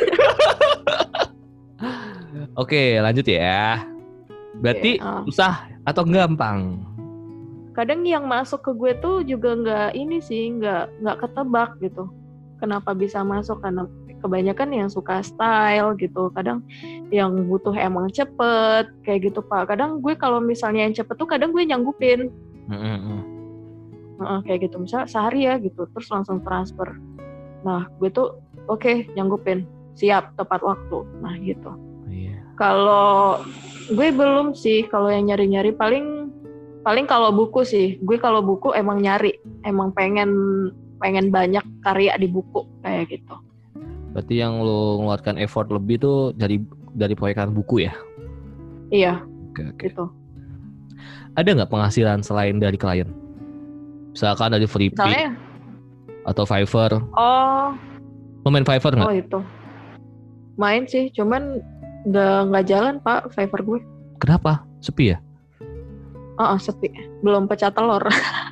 Oke, lanjut ya. Berarti okay, oh. susah atau gampang? Kadang yang masuk ke gue tuh juga nggak ini sih, nggak nggak ketebak gitu. Kenapa bisa masuk? Karena kebanyakan yang suka style gitu. Kadang yang butuh emang cepet kayak gitu, Pak. Kadang gue kalau misalnya yang cepet tuh kadang gue nyanggupin. Mm-hmm. Uh, kayak gitu, misal sehari ya gitu, terus langsung transfer. Nah, gue tuh oke okay, nyanggupin, siap tepat waktu. Nah gitu. Yeah. Kalau gue belum sih, kalau yang nyari-nyari paling paling kalau buku sih. Gue kalau buku emang nyari, emang pengen pengen banyak karya di buku kayak gitu. Berarti yang lo ngeluarkan effort lebih tuh dari dari proyekan buku ya? Iya. Oke, oke. Gitu. Ada nggak penghasilan selain dari klien? Misalkan dari Freepik atau Fiverr. Oh. Lo main Fiverr nggak? Oh itu. Main sih, cuman nggak nggak jalan, Pak, Fiverr gue. Kenapa? Sepi ya? Oh, oh sepi. Belum pecah telur.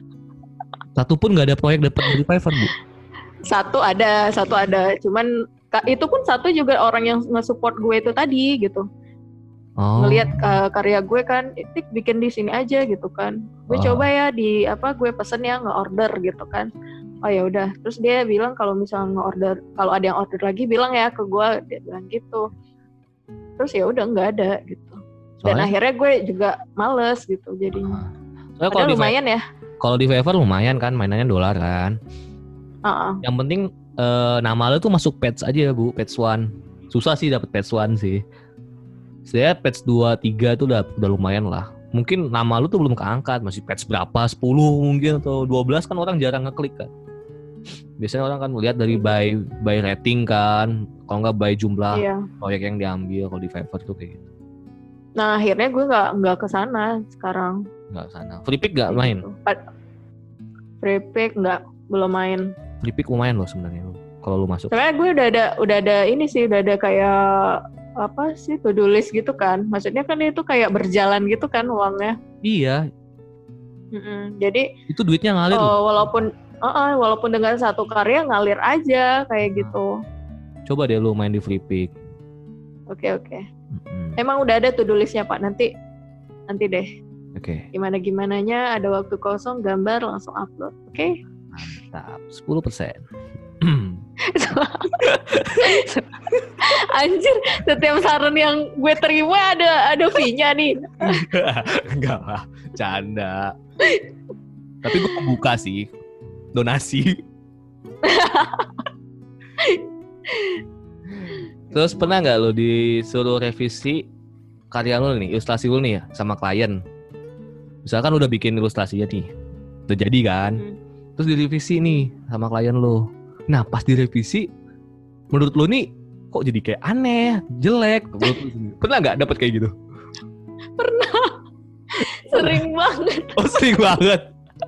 Satu pun nggak ada proyek dapat dari Fiverr, Bu? Satu ada, satu ada. Cuman itu pun satu juga orang yang nge-support gue itu tadi gitu. Oh. Ngelihat uh, karya gue kan, Tik bikin di sini aja gitu kan. Gue oh. coba ya di apa gue pesen ya nge-order gitu kan. Oh ya udah. Terus dia bilang kalau misalnya nge-order, kalau ada yang order lagi bilang ya ke gue, dia bilang gitu. Terus ya udah nggak ada gitu. Dan Soalnya? akhirnya gue juga males gitu jadinya. Soalnya kalau lumayan di, ya. Kalau di Fiverr lumayan kan, mainannya dolar kan. Uh-uh. Yang penting uh, nama lo tuh masuk page aja, Bu, page one. Susah sih dapet page one sih. Saya patch dua, tiga tuh udah, udah lumayan lah. Mungkin nama lu tuh belum keangkat, masih patch berapa, sepuluh mungkin atau dua belas kan orang jarang ngeklik kan. Biasanya orang kan melihat dari by by rating kan, kalau nggak by jumlah iya. proyek yang diambil kalau di Fiverr tuh kayak gitu. Nah akhirnya gue nggak nggak ke sana sekarang. Nggak sana. Free pick nggak Kayak main? gitu. Free pick nggak, belum main. Free pick lumayan loh sebenarnya lo. Kalau lu masuk. Soalnya gue udah ada udah ada ini sih, udah ada kayak apa sih to do list gitu kan. Maksudnya kan itu kayak berjalan gitu kan uangnya. Iya. Mm-mm. Jadi itu duitnya ngalir uh, loh. Walaupun uh-uh, walaupun dengan satu karya ngalir aja kayak gitu. Coba deh lu main di free pick. Oke oke. Mm-hmm. Emang udah ada to do listnya Pak, nanti nanti deh. Oke. Okay. Gimana gimananya ada waktu kosong gambar langsung upload. Oke. Okay? Mantap. sepuluh persen. Anjir, setiap saran yang gue terima ada ada fee-nya nih. Enggak lah, canda. Tapi gue membuka sih donasi. Terus pernah nggak lo disuruh revisi karya lo nih, ilustrasi lo nih ya sama klien? Misalkan udah bikin ilustrasinya nih, udah jadi kan? Hmm. Terus direvisi nih sama klien lo. Nah pas direvisi, menurut lo nih kok jadi kayak aneh, jelek. Pernah nggak dapet kayak gitu? Pernah, sering banget. Oh sering banget.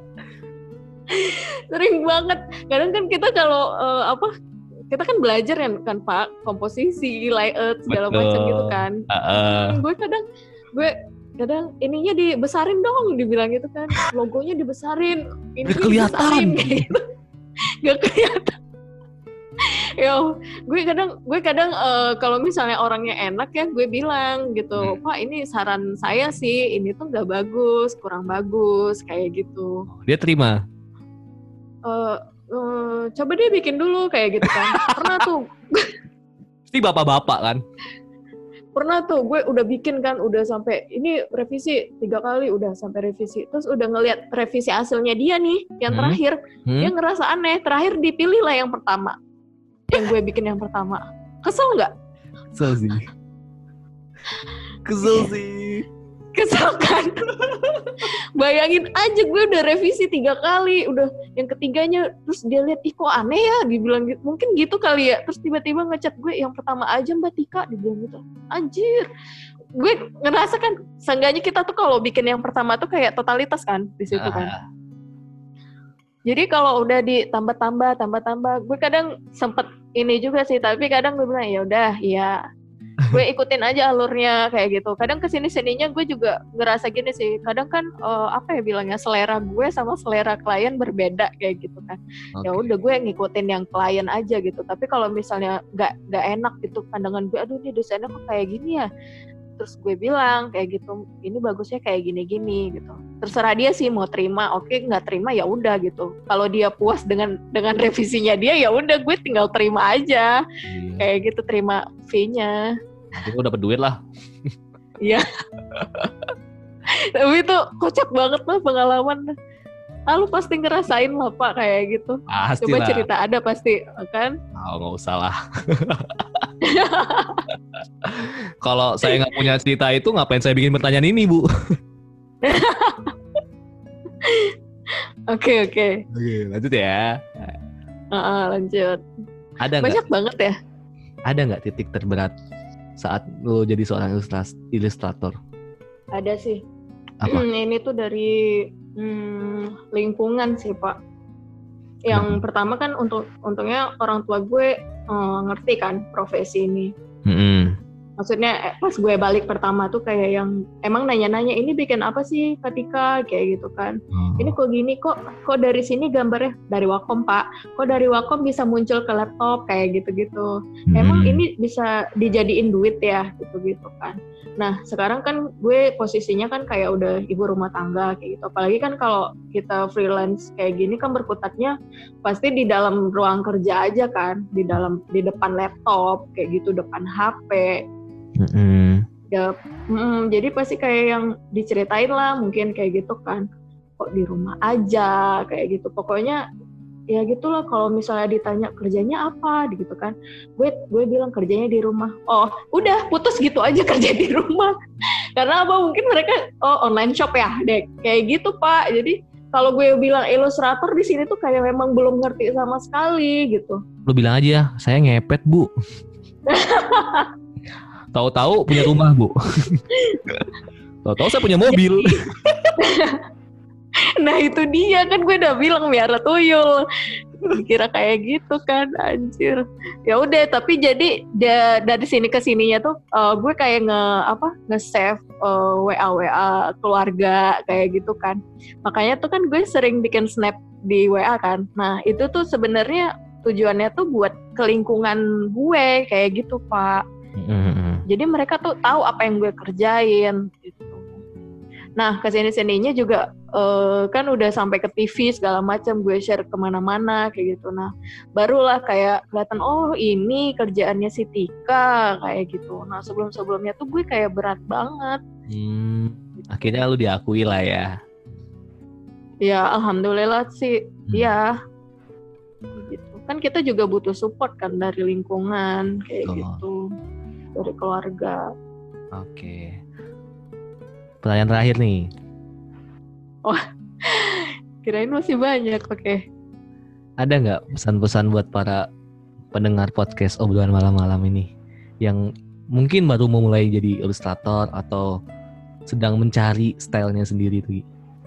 Sering banget. Kadang kan kita kalau uh, apa? Kita kan belajar ya kan Pak, komposisi, layout segala macam gitu kan. Uh, uh. Hmm, gue kadang, gue kadang ininya dibesarin dong, dibilang gitu kan. Logonya dibesarin, ini kelihatan. Gitu. Gak kelihatan. Yo, gue kadang, gue kadang uh, kalau misalnya orangnya enak ya, gue bilang gitu, hmm. Pak ini saran saya sih, ini tuh nggak bagus, kurang bagus, kayak gitu. Dia terima. Uh, Uh, coba dia bikin dulu kayak gitu kan. Pernah tuh. Pasti bapak-bapak kan. Pernah tuh gue udah bikin kan, udah sampai ini revisi tiga kali udah sampai revisi. Terus udah ngelihat revisi hasilnya dia nih yang hmm. terakhir, hmm. dia ngerasa aneh. Terakhir dipilih lah yang pertama, yang gue bikin yang pertama. Kesel nggak? Kesel sih. Kesel sih. Kesel kan. Bayangin aja gue udah revisi tiga kali, udah yang ketiganya terus dia lihat ih kok aneh ya, dibilang gitu, mungkin gitu kali ya, terus tiba-tiba ngechat gue yang pertama aja Mbak Tika, dibilang gitu. Anjir, gue ngerasa kan seenggaknya kita tuh kalau bikin yang pertama tuh kayak totalitas kan di situ kan. Ah. Jadi kalau udah ditambah-tambah, tambah-tambah, gue kadang sempet ini juga sih, tapi kadang gue bilang ya udah, ya gue ikutin aja alurnya kayak gitu. Kadang kesini-sininya gue juga ngerasa gini sih. Kadang kan uh, apa ya bilangnya, selera gue sama selera klien berbeda kayak gitu kan. Okay. Ya udah gue ngikutin yang klien aja gitu. Tapi kalau misalnya nggak nggak enak gitu pandangan gue, aduh ini desainnya kok kayak gini ya. Terus gue bilang kayak gitu, ini bagusnya kayak gini-gini gitu. Terserah dia sih mau terima, oke, nggak terima ya udah gitu. Kalau dia puas dengan dengan revisinya dia ya udah gue tinggal terima aja. Hmm. Kayak gitu, terima fee-nya. Nanti gue dapet duit lah. Iya. Tapi itu kocak banget lah pengalaman. Ah, lu pasti ngerasain lah Pak kayak gitu. Pasti coba lah. Cerita ada pasti kan? Oh nggak usah lah. Kalau saya nggak punya cerita itu ngapain saya bikin pertanyaan ini Bu? Oke oke. Oke lanjut ya. Uh, lanjut. Ada banyak gak? Banget ya. Ada nggak titik terberat saat lo jadi seorang ilustrator? Ada sih. Apa? Hmm, ini tuh dari hmm, lingkungan sih Pak. Yang hmm. pertama kan untuk untungnya orang tua gue eh, ngerti kan profesi ini. Hmm. Maksudnya pas gue balik pertama tuh kayak yang emang nanya-nanya ini bikin apa sih Katika kayak gitu kan. Hmm. Ini kok gini kok kok dari sini gambarnya dari Wacom Pak. Kok dari Wacom bisa muncul ke laptop kayak gitu-gitu. Hmm. Emang ini bisa dijadiin duit ya gitu-gitu kan. Nah sekarang kan gue posisinya kan kayak udah ibu rumah tangga kayak gitu. Apalagi kan kalau kita freelance kayak gini kan berkutatnya pasti di dalam ruang kerja aja kan, di dalam di depan laptop kayak gitu, depan H P. Mm-hmm. Ya, mm, jadi pasti kayak yang diceritain lah mungkin kayak gitu kan, kok di rumah aja kayak gitu. Pokoknya ya gitulah, kalau misalnya ditanya kerjanya apa gitu kan, gue gue bilang kerjanya di rumah. Oh udah putus gitu aja, kerja di rumah. Karena apa, mungkin mereka oh online shop ya dek kayak gitu Pak. Jadi kalau gue bilang ilustrator di sini tuh kayak memang belum ngerti sama sekali gitu. Lu bilang aja saya ngepet Bu. Tahu-tahu punya rumah, Bu. Tahu-tahu saya punya mobil. Nah itu dia kan gue udah bilang miara tuyul. Kira kayak gitu kan, anjir. Ya udah, tapi jadi da, dari sini ke sininya tuh uh, gue kayak nge apa nge-save uh, W A W A keluarga kayak gitu kan. Makanya tuh kan gue sering bikin snap di W A kan. Nah, itu tuh sebenarnya tujuannya tuh buat ke lingkungan gue kayak gitu, Pak. Mm-hmm. Jadi mereka tuh tahu apa yang gue kerjain gitu. Nah, kesini-sininya juga uh, kan udah sampai ke T V segala macam, gue share kemana-mana kayak gitu. Nah, barulah kayak kelihatan, oh ini kerjaannya si Tika kayak gitu. Nah, sebelum-sebelumnya tuh gue kayak berat banget. Hmm, akhirnya lu diakui lah ya. Ya, alhamdulillah sih. Iya. Hmm. Gitu. Kan kita juga butuh support kan dari lingkungan kayak oh. gitu, dari keluarga. Oke. Okay. Pertanyaan terakhir nih. Wah, kirain masih banyak. Oke. Okay. Ada nggak pesan-pesan buat para pendengar podcast obrolan malam-malam ini yang mungkin baru mau mulai jadi ilustrator atau sedang mencari stylenya sendiri tuh?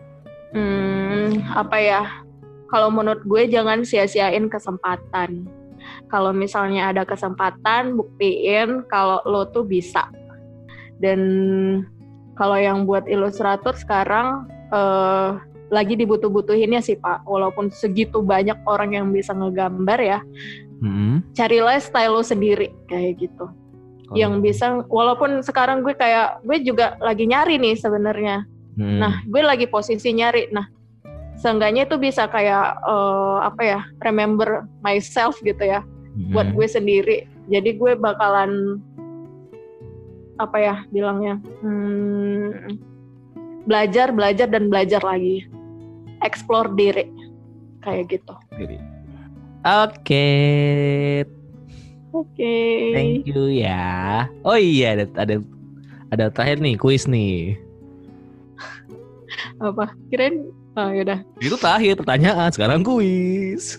Hmm, apa ya? Kalau menurut gue jangan sia-siain kesempatan. Kalau misalnya ada kesempatan, buktiin kalau lo tuh bisa. Dan kalau yang buat ilustrator sekarang uh, lagi dibutuh-butuhinnya sih Pak, walaupun segitu banyak orang yang bisa ngegambar ya, mm-hmm. carilah style lo sendiri kayak gitu, oh. yang bisa. Walaupun sekarang gue kayak gue juga lagi nyari nih sebenarnya, mm. nah gue lagi posisi nyari, nah seenggaknya itu bisa kayak uh, apa ya, remember myself gitu ya, mm. buat gue sendiri. Jadi gue bakalan apa ya bilangnya, hmm, belajar, belajar dan belajar lagi, explore diri, kayak gitu. Oke, okay. oke. Okay. Thank you ya. Oh iya, ada ada ada terakhir nih, kuis nih. Apa? Kirain, oh yaudah. Itu terakhir pertanyaan, sekarang kuis.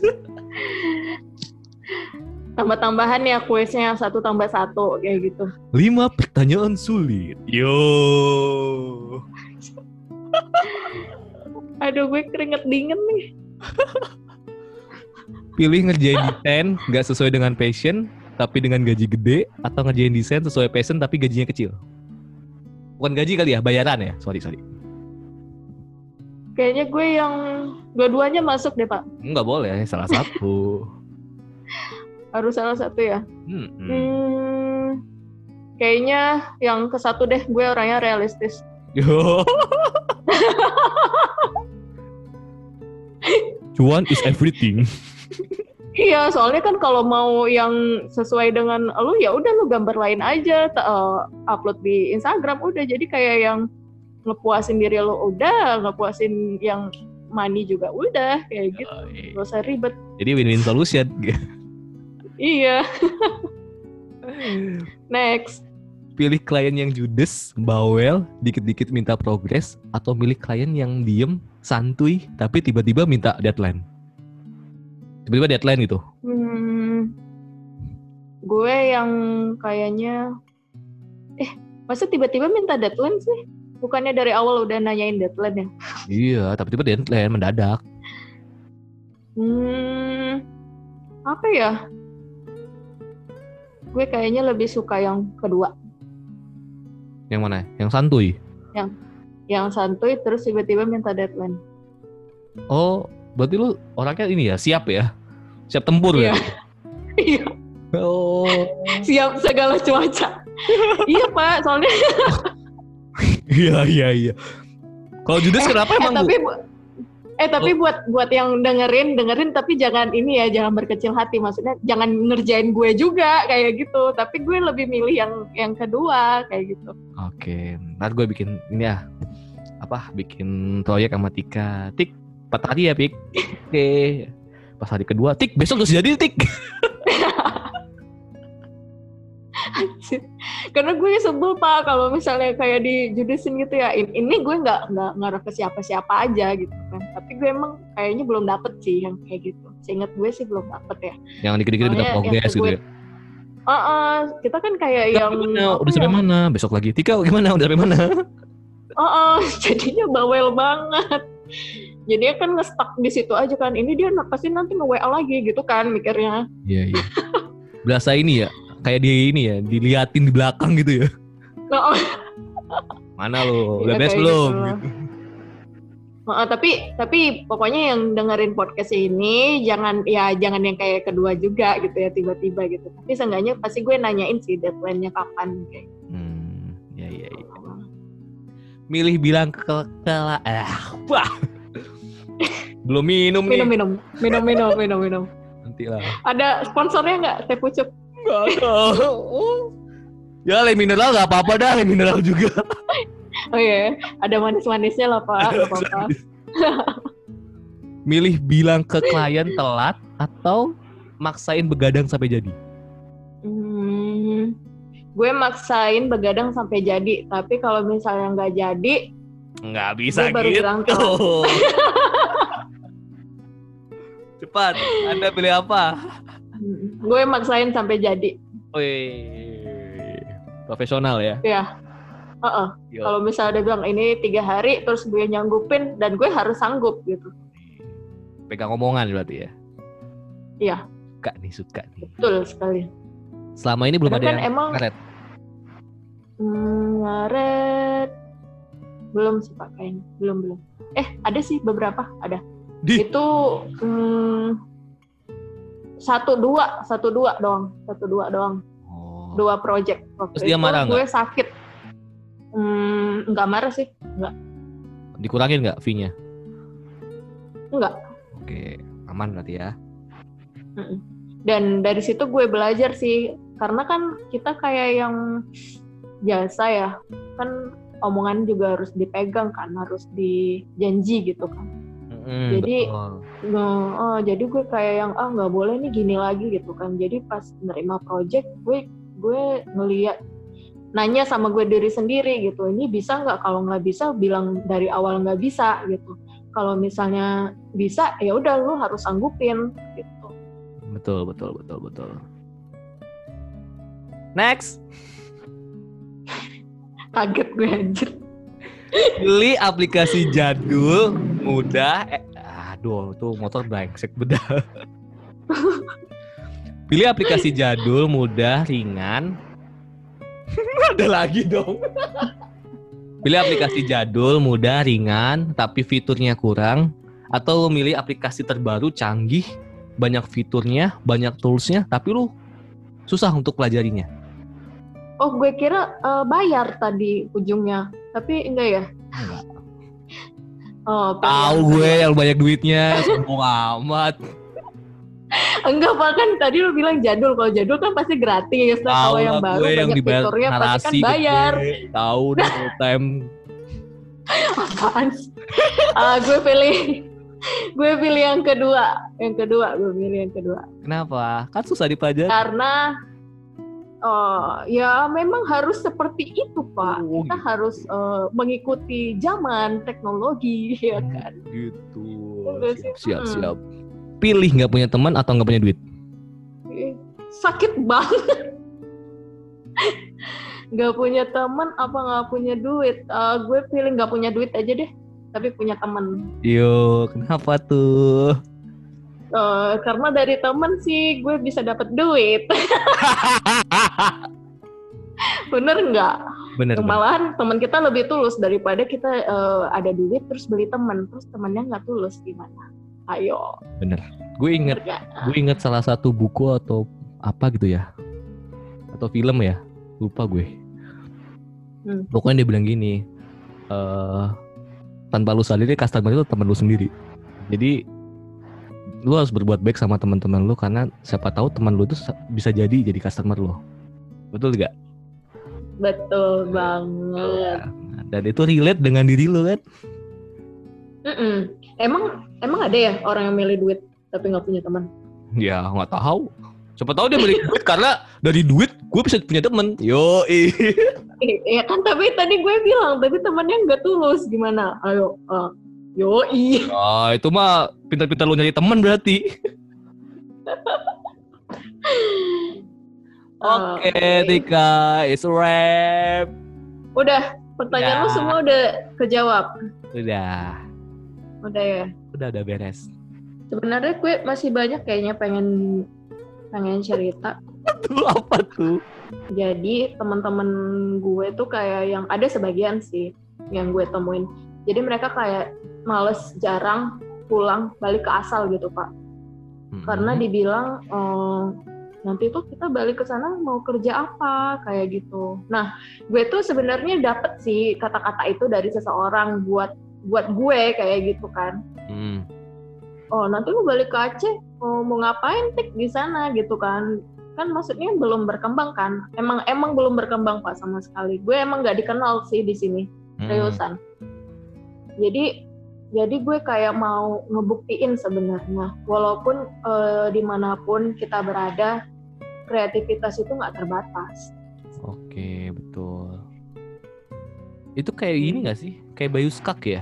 Tambah-tambahan ya kuisnya, satu tambah satu kayak gitu. Lima pertanyaan sulit. Yo. Aduh, gue keringet dingin nih. Pilih ngerjain desain gak sesuai dengan passion tapi dengan gaji gede, atau ngerjain desain sesuai passion tapi gajinya kecil. Bukan gaji kali ya, bayaran ya. Sorry sorry. Kayaknya gue yang dua-duanya masuk deh Pak. Enggak boleh, salah satu. Harus salah satu ya. Hmm, hmm. Hmm, kayaknya yang ke satu deh. Gue orangnya realistis. Yo. Cuan is everything. Iya, soalnya kan kalau mau yang sesuai dengan lu ya udah lu gambar lain aja, t- uh, upload di Instagram udah. Jadi kayak yang ngepuasin diri lu udah, ngepuasin yang money juga udah, kayak gitu. Gak usah ribet. Jadi win-win solution. Iya. Next. Pilih klien yang judes, bawel, dikit-dikit minta progres, atau milih klien yang diem, santuy, tapi tiba-tiba minta deadline. Tiba-tiba deadline gitu. Hmm, gue yang kayaknya, eh, masa tiba-tiba minta deadline sih? Bukannya dari awal udah nanyain deadline ya? Iya, tapi tiba deadline mendadak. Hmm, apa ya? Gue kayaknya lebih suka yang kedua. Yang mana? Yang santuy? Yang yang santuy terus tiba-tiba minta deadline. Oh, berarti lu orangnya ini ya, siap ya? Siap tempur ya? Iya. Oh. Siap segala cuaca. Iya Pak, soalnya. Iya iya iya. Kalau judes eh, kenapa emang? Eh, tapi bu- eh tapi oh. buat buat yang dengerin dengerin tapi jangan ini ya, jangan berkecil hati, maksudnya jangan ngerjain gue juga kayak gitu, tapi gue lebih milih yang yang kedua kayak gitu. Oke, ntar gue bikin ini ya, apa bikin proyek sama Tika. Tik, empat hari ya Pik. Oke, pas hari kedua Tik, besok harus jadi Tik. Karena gue sebel Pak kalau misalnya kayak di judesin gitu ya, ini gue nggak nggak ngaruh ke siapa-siapa aja gitu kan, tapi gue emang kayaknya belum dapet sih yang kayak gitu. Seingat gue sih belum dapet ya. Yang dikit-dikit minta progres gitu ya. Uh, uh, kita kan kayak Tika, yang gimana? Udah apa sampai ya? mana? Besok lagi. Tika gimana? Udah sampai mana? Uh, uh, jadinya bawel banget. Jadinya kan nge-stuck di situ aja kan. Ini dia pasti nanti nge-W A lagi gitu kan mikirnya. Iya, iya. Berasa ini ya, kayak di ini ya, diliatin di belakang gitu ya. Uh, uh. Mana lo? Iya, Udah beres kayak belum? gitu. Gitu. Uh, tapi tapi pokoknya yang dengerin podcast ini jangan ya jangan yang kayak kedua juga gitu ya tiba-tiba gitu. Tapi seenggaknya pasti gue nanyain sih deadline-nya kapan kayak. Hmm, ya ya ya. Milih bilang ke ke eh, wah. Belum minum nih. Minum minum minum minum minum minum. Nanti lah. Ada sponsornya nggak teh pucuk? Nggak tahu. Ya le mineral nggak apa-apa dah, le mineral juga. Oh iya, ada manis-manisnya lah Pak, nggak apa-apa. Milih bilang ke klien telat atau maksain begadang sampai jadi? Hmm, gue maksain begadang sampai jadi, tapi kalau misalnya nggak jadi, nggak bisa gue baru bilang gitu. telat. Cepat, Anda pilih apa? Hmm, gue maksain sampai jadi. Wih, profesional ya? Ya. Uh-uh. Yo. Kalau misalnya dia bilang ini tiga hari, terus gue nyanggupin dan gue harus sanggup gitu. Pegang omongan berarti ya? Iya. Suka nih, suka nih. Betul sekali. Selama ini belum Karena ada kan yang emang ngaret? Hmm, ngaret belum sih Pak kayaknya. Belum belum. Eh ada sih beberapa ada. Di. Itu hmm, satu dua satu dua doang satu dua doang. Oh. Dua project. Waktu Terus dia itu marah gue nggak? sakit. Hmm, nggak marah sih, nggak. Dikurangin nggak fee-nya? Nggak. Oke, aman berarti ya. Mm-mm. Dan dari situ gue belajar sih, karena kan kita kayak yang jasa ya, kan omongan juga harus dipegang kan, harus dijanji gitu kan. Mm-hmm, jadi, betul. oh, jadi gue kayak yang ah nggak boleh nih gini lagi gitu kan. Jadi pas nerima project, gue gue ngeliat, nanya sama gue diri sendiri gitu, ini bisa nggak? Kalau nggak bisa, bilang dari awal nggak bisa gitu. Kalau misalnya bisa, ya udah lu harus sanggupin gitu. Betul, betul, betul, betul. Next. Kaget gue anjir. Pilih aplikasi jadul, mudah. Eh, aduh, tuh motor brengsek bedah. Pilih aplikasi jadul, mudah, ringan. Ada lagi dong. Pilih aplikasi jadul, mudah, ringan, tapi fiturnya kurang. Atau milih aplikasi terbaru, canggih, banyak fiturnya, banyak toolsnya, tapi lu susah untuk pelajarinya. Oh, gue kira uh, bayar tadi ujungnya, tapi enggak ya? Enggak. Oh, tahu gue yang banyak duitnya, sombong amat. Enggak Pak, kan tadi lu bilang jadul. Kalau jadul kan pasti gratis. Nah, kalau yang baru yang banyak fiturnya pasti kan bayar. Tahu deh full time. Apaan? uh, gue pilih gue pilih yang kedua. Yang kedua, gue pilih yang kedua. Kenapa? Kan susah dipelajari. Karena oh, ya memang harus seperti itu Pak. Oh, Kita gitu. harus uh, mengikuti zaman teknologi ya kan. Gitu. Enggak sih. Siap, siap, Hmm. siap. Pilih nggak punya teman atau nggak punya duit? Sakit banget. Nggak punya teman apa nggak punya duit? Uh, gue pilih nggak punya duit aja deh, tapi punya teman. Yo, kenapa tuh? Uh, karena dari teman sih gue bisa dapat duit. Bener nggak? Bener. Malahan teman kita lebih tulus daripada kita uh, ada duit terus beli teman, terus temannya nggak tulus, gimana? Ayo. Bener. Gue inget, gue inget salah satu buku atau apa gitu ya, atau film ya, lupa gue. Hmm. Pokoknya dia bilang gini, uh, tanpa lu sadari customer itu teman lu sendiri. Jadi lu harus berbuat baik sama teman-teman lu, karena siapa tahu teman lu itu bisa jadi jadi customer lu. Betul gak? Betul banget. Dan itu relate dengan diri lu kan? Mm-mm. Emang emang ada ya orang yang milih duit tapi nggak punya teman? Ya nggak tahu. Siapa tahu dia milih duit karena dari duit gue bisa punya teman. Yo, iya kan, tapi tadi gue bilang tapi temannya nggak tulus, gimana? Ayo, uh, yo i. Ah, itu mah pintar-pintar lu nyari teman berarti. Oke, Oke. Tika, it's a wrap. Udah, pertanyaan Ya. lu semua udah kejawab. Udah, Udah ya. udah udah beres. Sebenarnya gue masih banyak kayaknya pengen pengen cerita. Tuh apa tuh? Jadi teman-teman gue tuh kayak yang ada sebagian sih yang gue temuin. Jadi mereka kayak males, jarang pulang balik ke asal gitu Pak. Mm-mm. Karena dibilang ehm, nanti tuh kita balik ke sana mau kerja apa kayak gitu. Nah, gue tuh sebenarnya dapet sih kata-kata itu dari seseorang buat buat gue kayak gitu kan. Mm. Oh, nanti lu balik ke Aceh oh, mau ngapain Tik di sana gitu kan. Kan maksudnya belum berkembang kan. Emang emang belum berkembang Pak sama sekali. Gue emang nggak dikenal sih di sini. Mm. Seriusan. Jadi jadi gue kayak mau ngebuktiin sebenarnya walaupun eh, dimanapun kita berada kreativitas itu nggak terbatas. Oke, betul. Itu kayak gini nggak sih? Kayak Bayu Skak ya?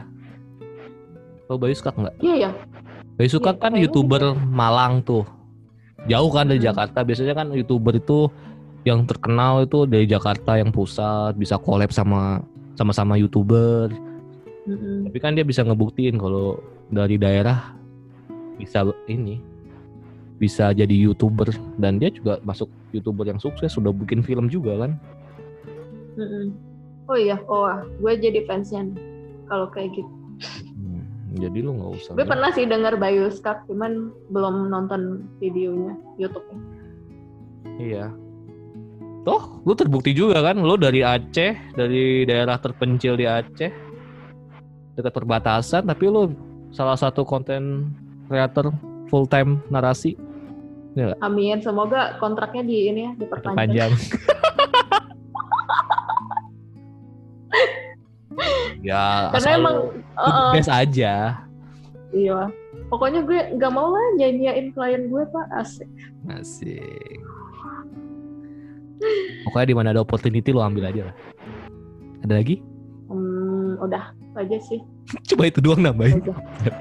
Tau Bayu Skak nggak? Iya ya. Bayu Skak Iya, kan kayaknya YouTuber Malang tuh. Jauh kan dari Hmm. Jakarta. Biasanya kan YouTuber itu yang terkenal itu dari Jakarta yang pusat, bisa collab sama sama-sama YouTuber. Mm-mm. Tapi kan dia bisa ngebuktiin kalau dari daerah bisa ini bisa jadi YouTuber, dan dia juga masuk YouTuber yang sukses, sudah bikin film juga kan. Mm-mm. Oh iya, oh ah, gue jadi fansnya nih kalau kayak gitu. Hmm, jadi lu nggak usah. Gue pernah sih dengar Bayu Skak, cuman belum nonton videonya YouTube-nya. Iya. Toh, lu terbukti juga kan, lu dari Aceh, dari daerah terpencil di Aceh, dekat perbatasan, tapi lu salah satu konten creator full time narasi. Amin, semoga kontraknya di ini ya diperpanjang. Panjang. Ya, Karena asal emang lu uh, uh, best aja. iya. Pokoknya gue nggak mau lah nyanyiin klien gue Pak, asik. Asik. Pokoknya di mana ada opportunity lo ambil aja lah. Ada lagi? Hmm, udah itu aja sih. Coba itu doang nambahin. Udah.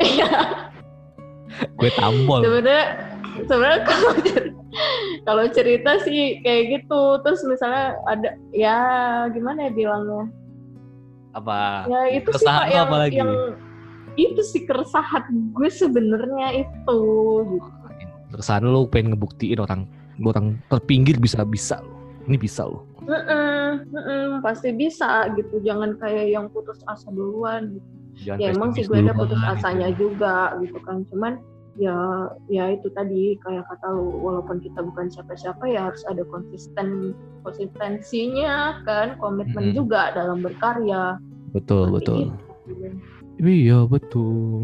Gue tampol. Sebenarnya sebenarnya kalau cerita, kalau cerita sih kayak gitu. Terus misalnya ada ya gimana ya bilangnya? Apa? Ya itu sih Keresahan Pak lo yang apa lagi? yang itu sih keresahan gue sebenarnya itu gitu. Keresahan lo pengen ngebuktiin orang orang terpinggir bisa bisa lo. Ini bisa lo. Mm-mm, mm-mm, pasti bisa gitu. Jangan kayak yang putus asa duluan gitu. Jangan Ya emang sih pesimis gue ada duluan, putus gitu. asanya juga gitu kan. Cuman ya ya itu tadi kayak kata lu, walaupun kita bukan siapa-siapa ya harus ada konsisten konsistensinya kan, komitmen Mm-mm. juga dalam berkarya. Betul, Seperti betul. itu. Iya, betul.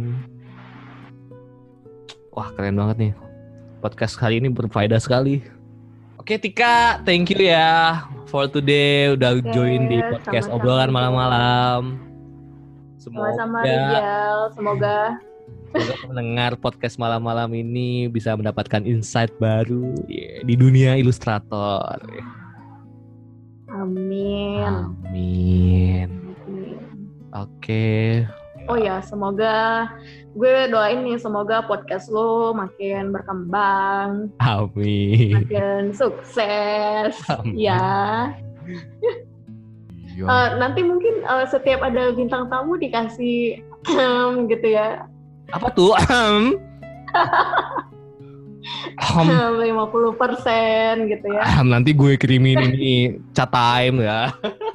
Wah, keren banget nih. Podcast kali ini berfaedah sekali. Oke, Tika, thank you ya for today udah Oke, join di podcast sama-sama, obrolan Rijal. malam-malam. Sama-sama Semoga Rijal, semoga semoga pendengar podcast malam-malam ini bisa mendapatkan insight baru ya, di dunia ilustrator. amin. Amin. Amin. Oke. Oh ya, semoga gue doain nih, semoga podcast lo makin berkembang, Amin. makin sukses. Amin. Ya. Iya. Uh, nanti mungkin uh, setiap ada bintang tamu dikasih gitu ya. Apa tuh? Ahem. lima puluh persen gitu ya. Ahem, nanti gue kirimin ini chat time ya.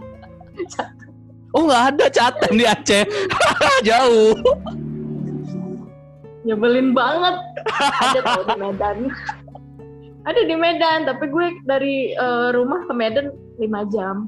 Oh, nggak ada chat time di Aceh. Jauh. Nyebelin banget. Ada tau di Medan. Ada di Medan, tapi gue dari uh, rumah ke Medan lima jam.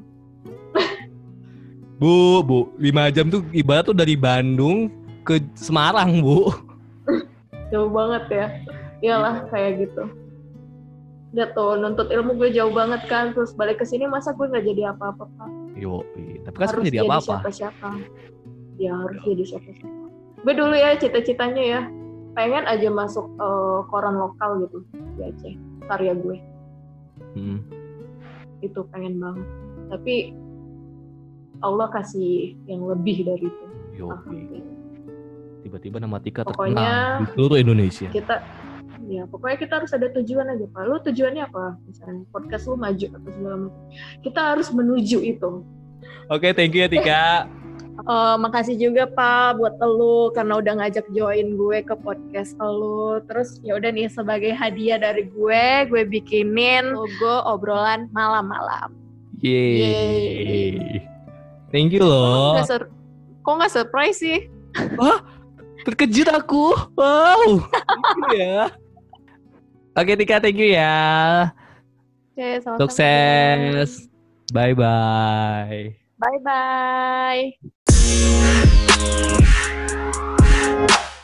Bu, Bu, lima jam tuh ibarat tuh dari Bandung ke Semarang, Bu. Jauh banget ya. Iyalah kayak gitu. Udah tuh nuntut ilmu gue jauh banget kan, terus balik ke sini masa gue nggak jadi apa-apa Pak? Yo, tapi kan Harus jadi apa-apa. siapa-siapa. Ya harus jadi siapa-siapa. Gue dulu ya cita-citanya ya pengen aja masuk uh, koran lokal gitu di Aceh, karya gue. Hmm. Itu pengen banget. Tapi Allah kasih yang lebih dari itu. Yo, Alhamdulillah. tiba-tiba nama Tika Pokoknya terkenal di seluruh Indonesia. Kita Ya pokoknya kita harus ada tujuan aja Pak. Lu tujuannya apa? Misalnya podcast lu maju atau segala macam. Kita harus menuju itu. Oke, thank you ya Tika. Uh, makasih juga Pak buat elu karena udah ngajak join gue ke podcast elu. Terus ya udah nih sebagai hadiah dari gue, gue bikinin logo obrolan malam-malam. Yeay. Yeay. Thank you loh. Kok nggak sur- kok nggak surprise sih? Wah, terkejut aku. Wow. Thank you ya. Oke Tika, thank you ya. Oke, sama-sama. Sukses. Bye bye. Bye bye.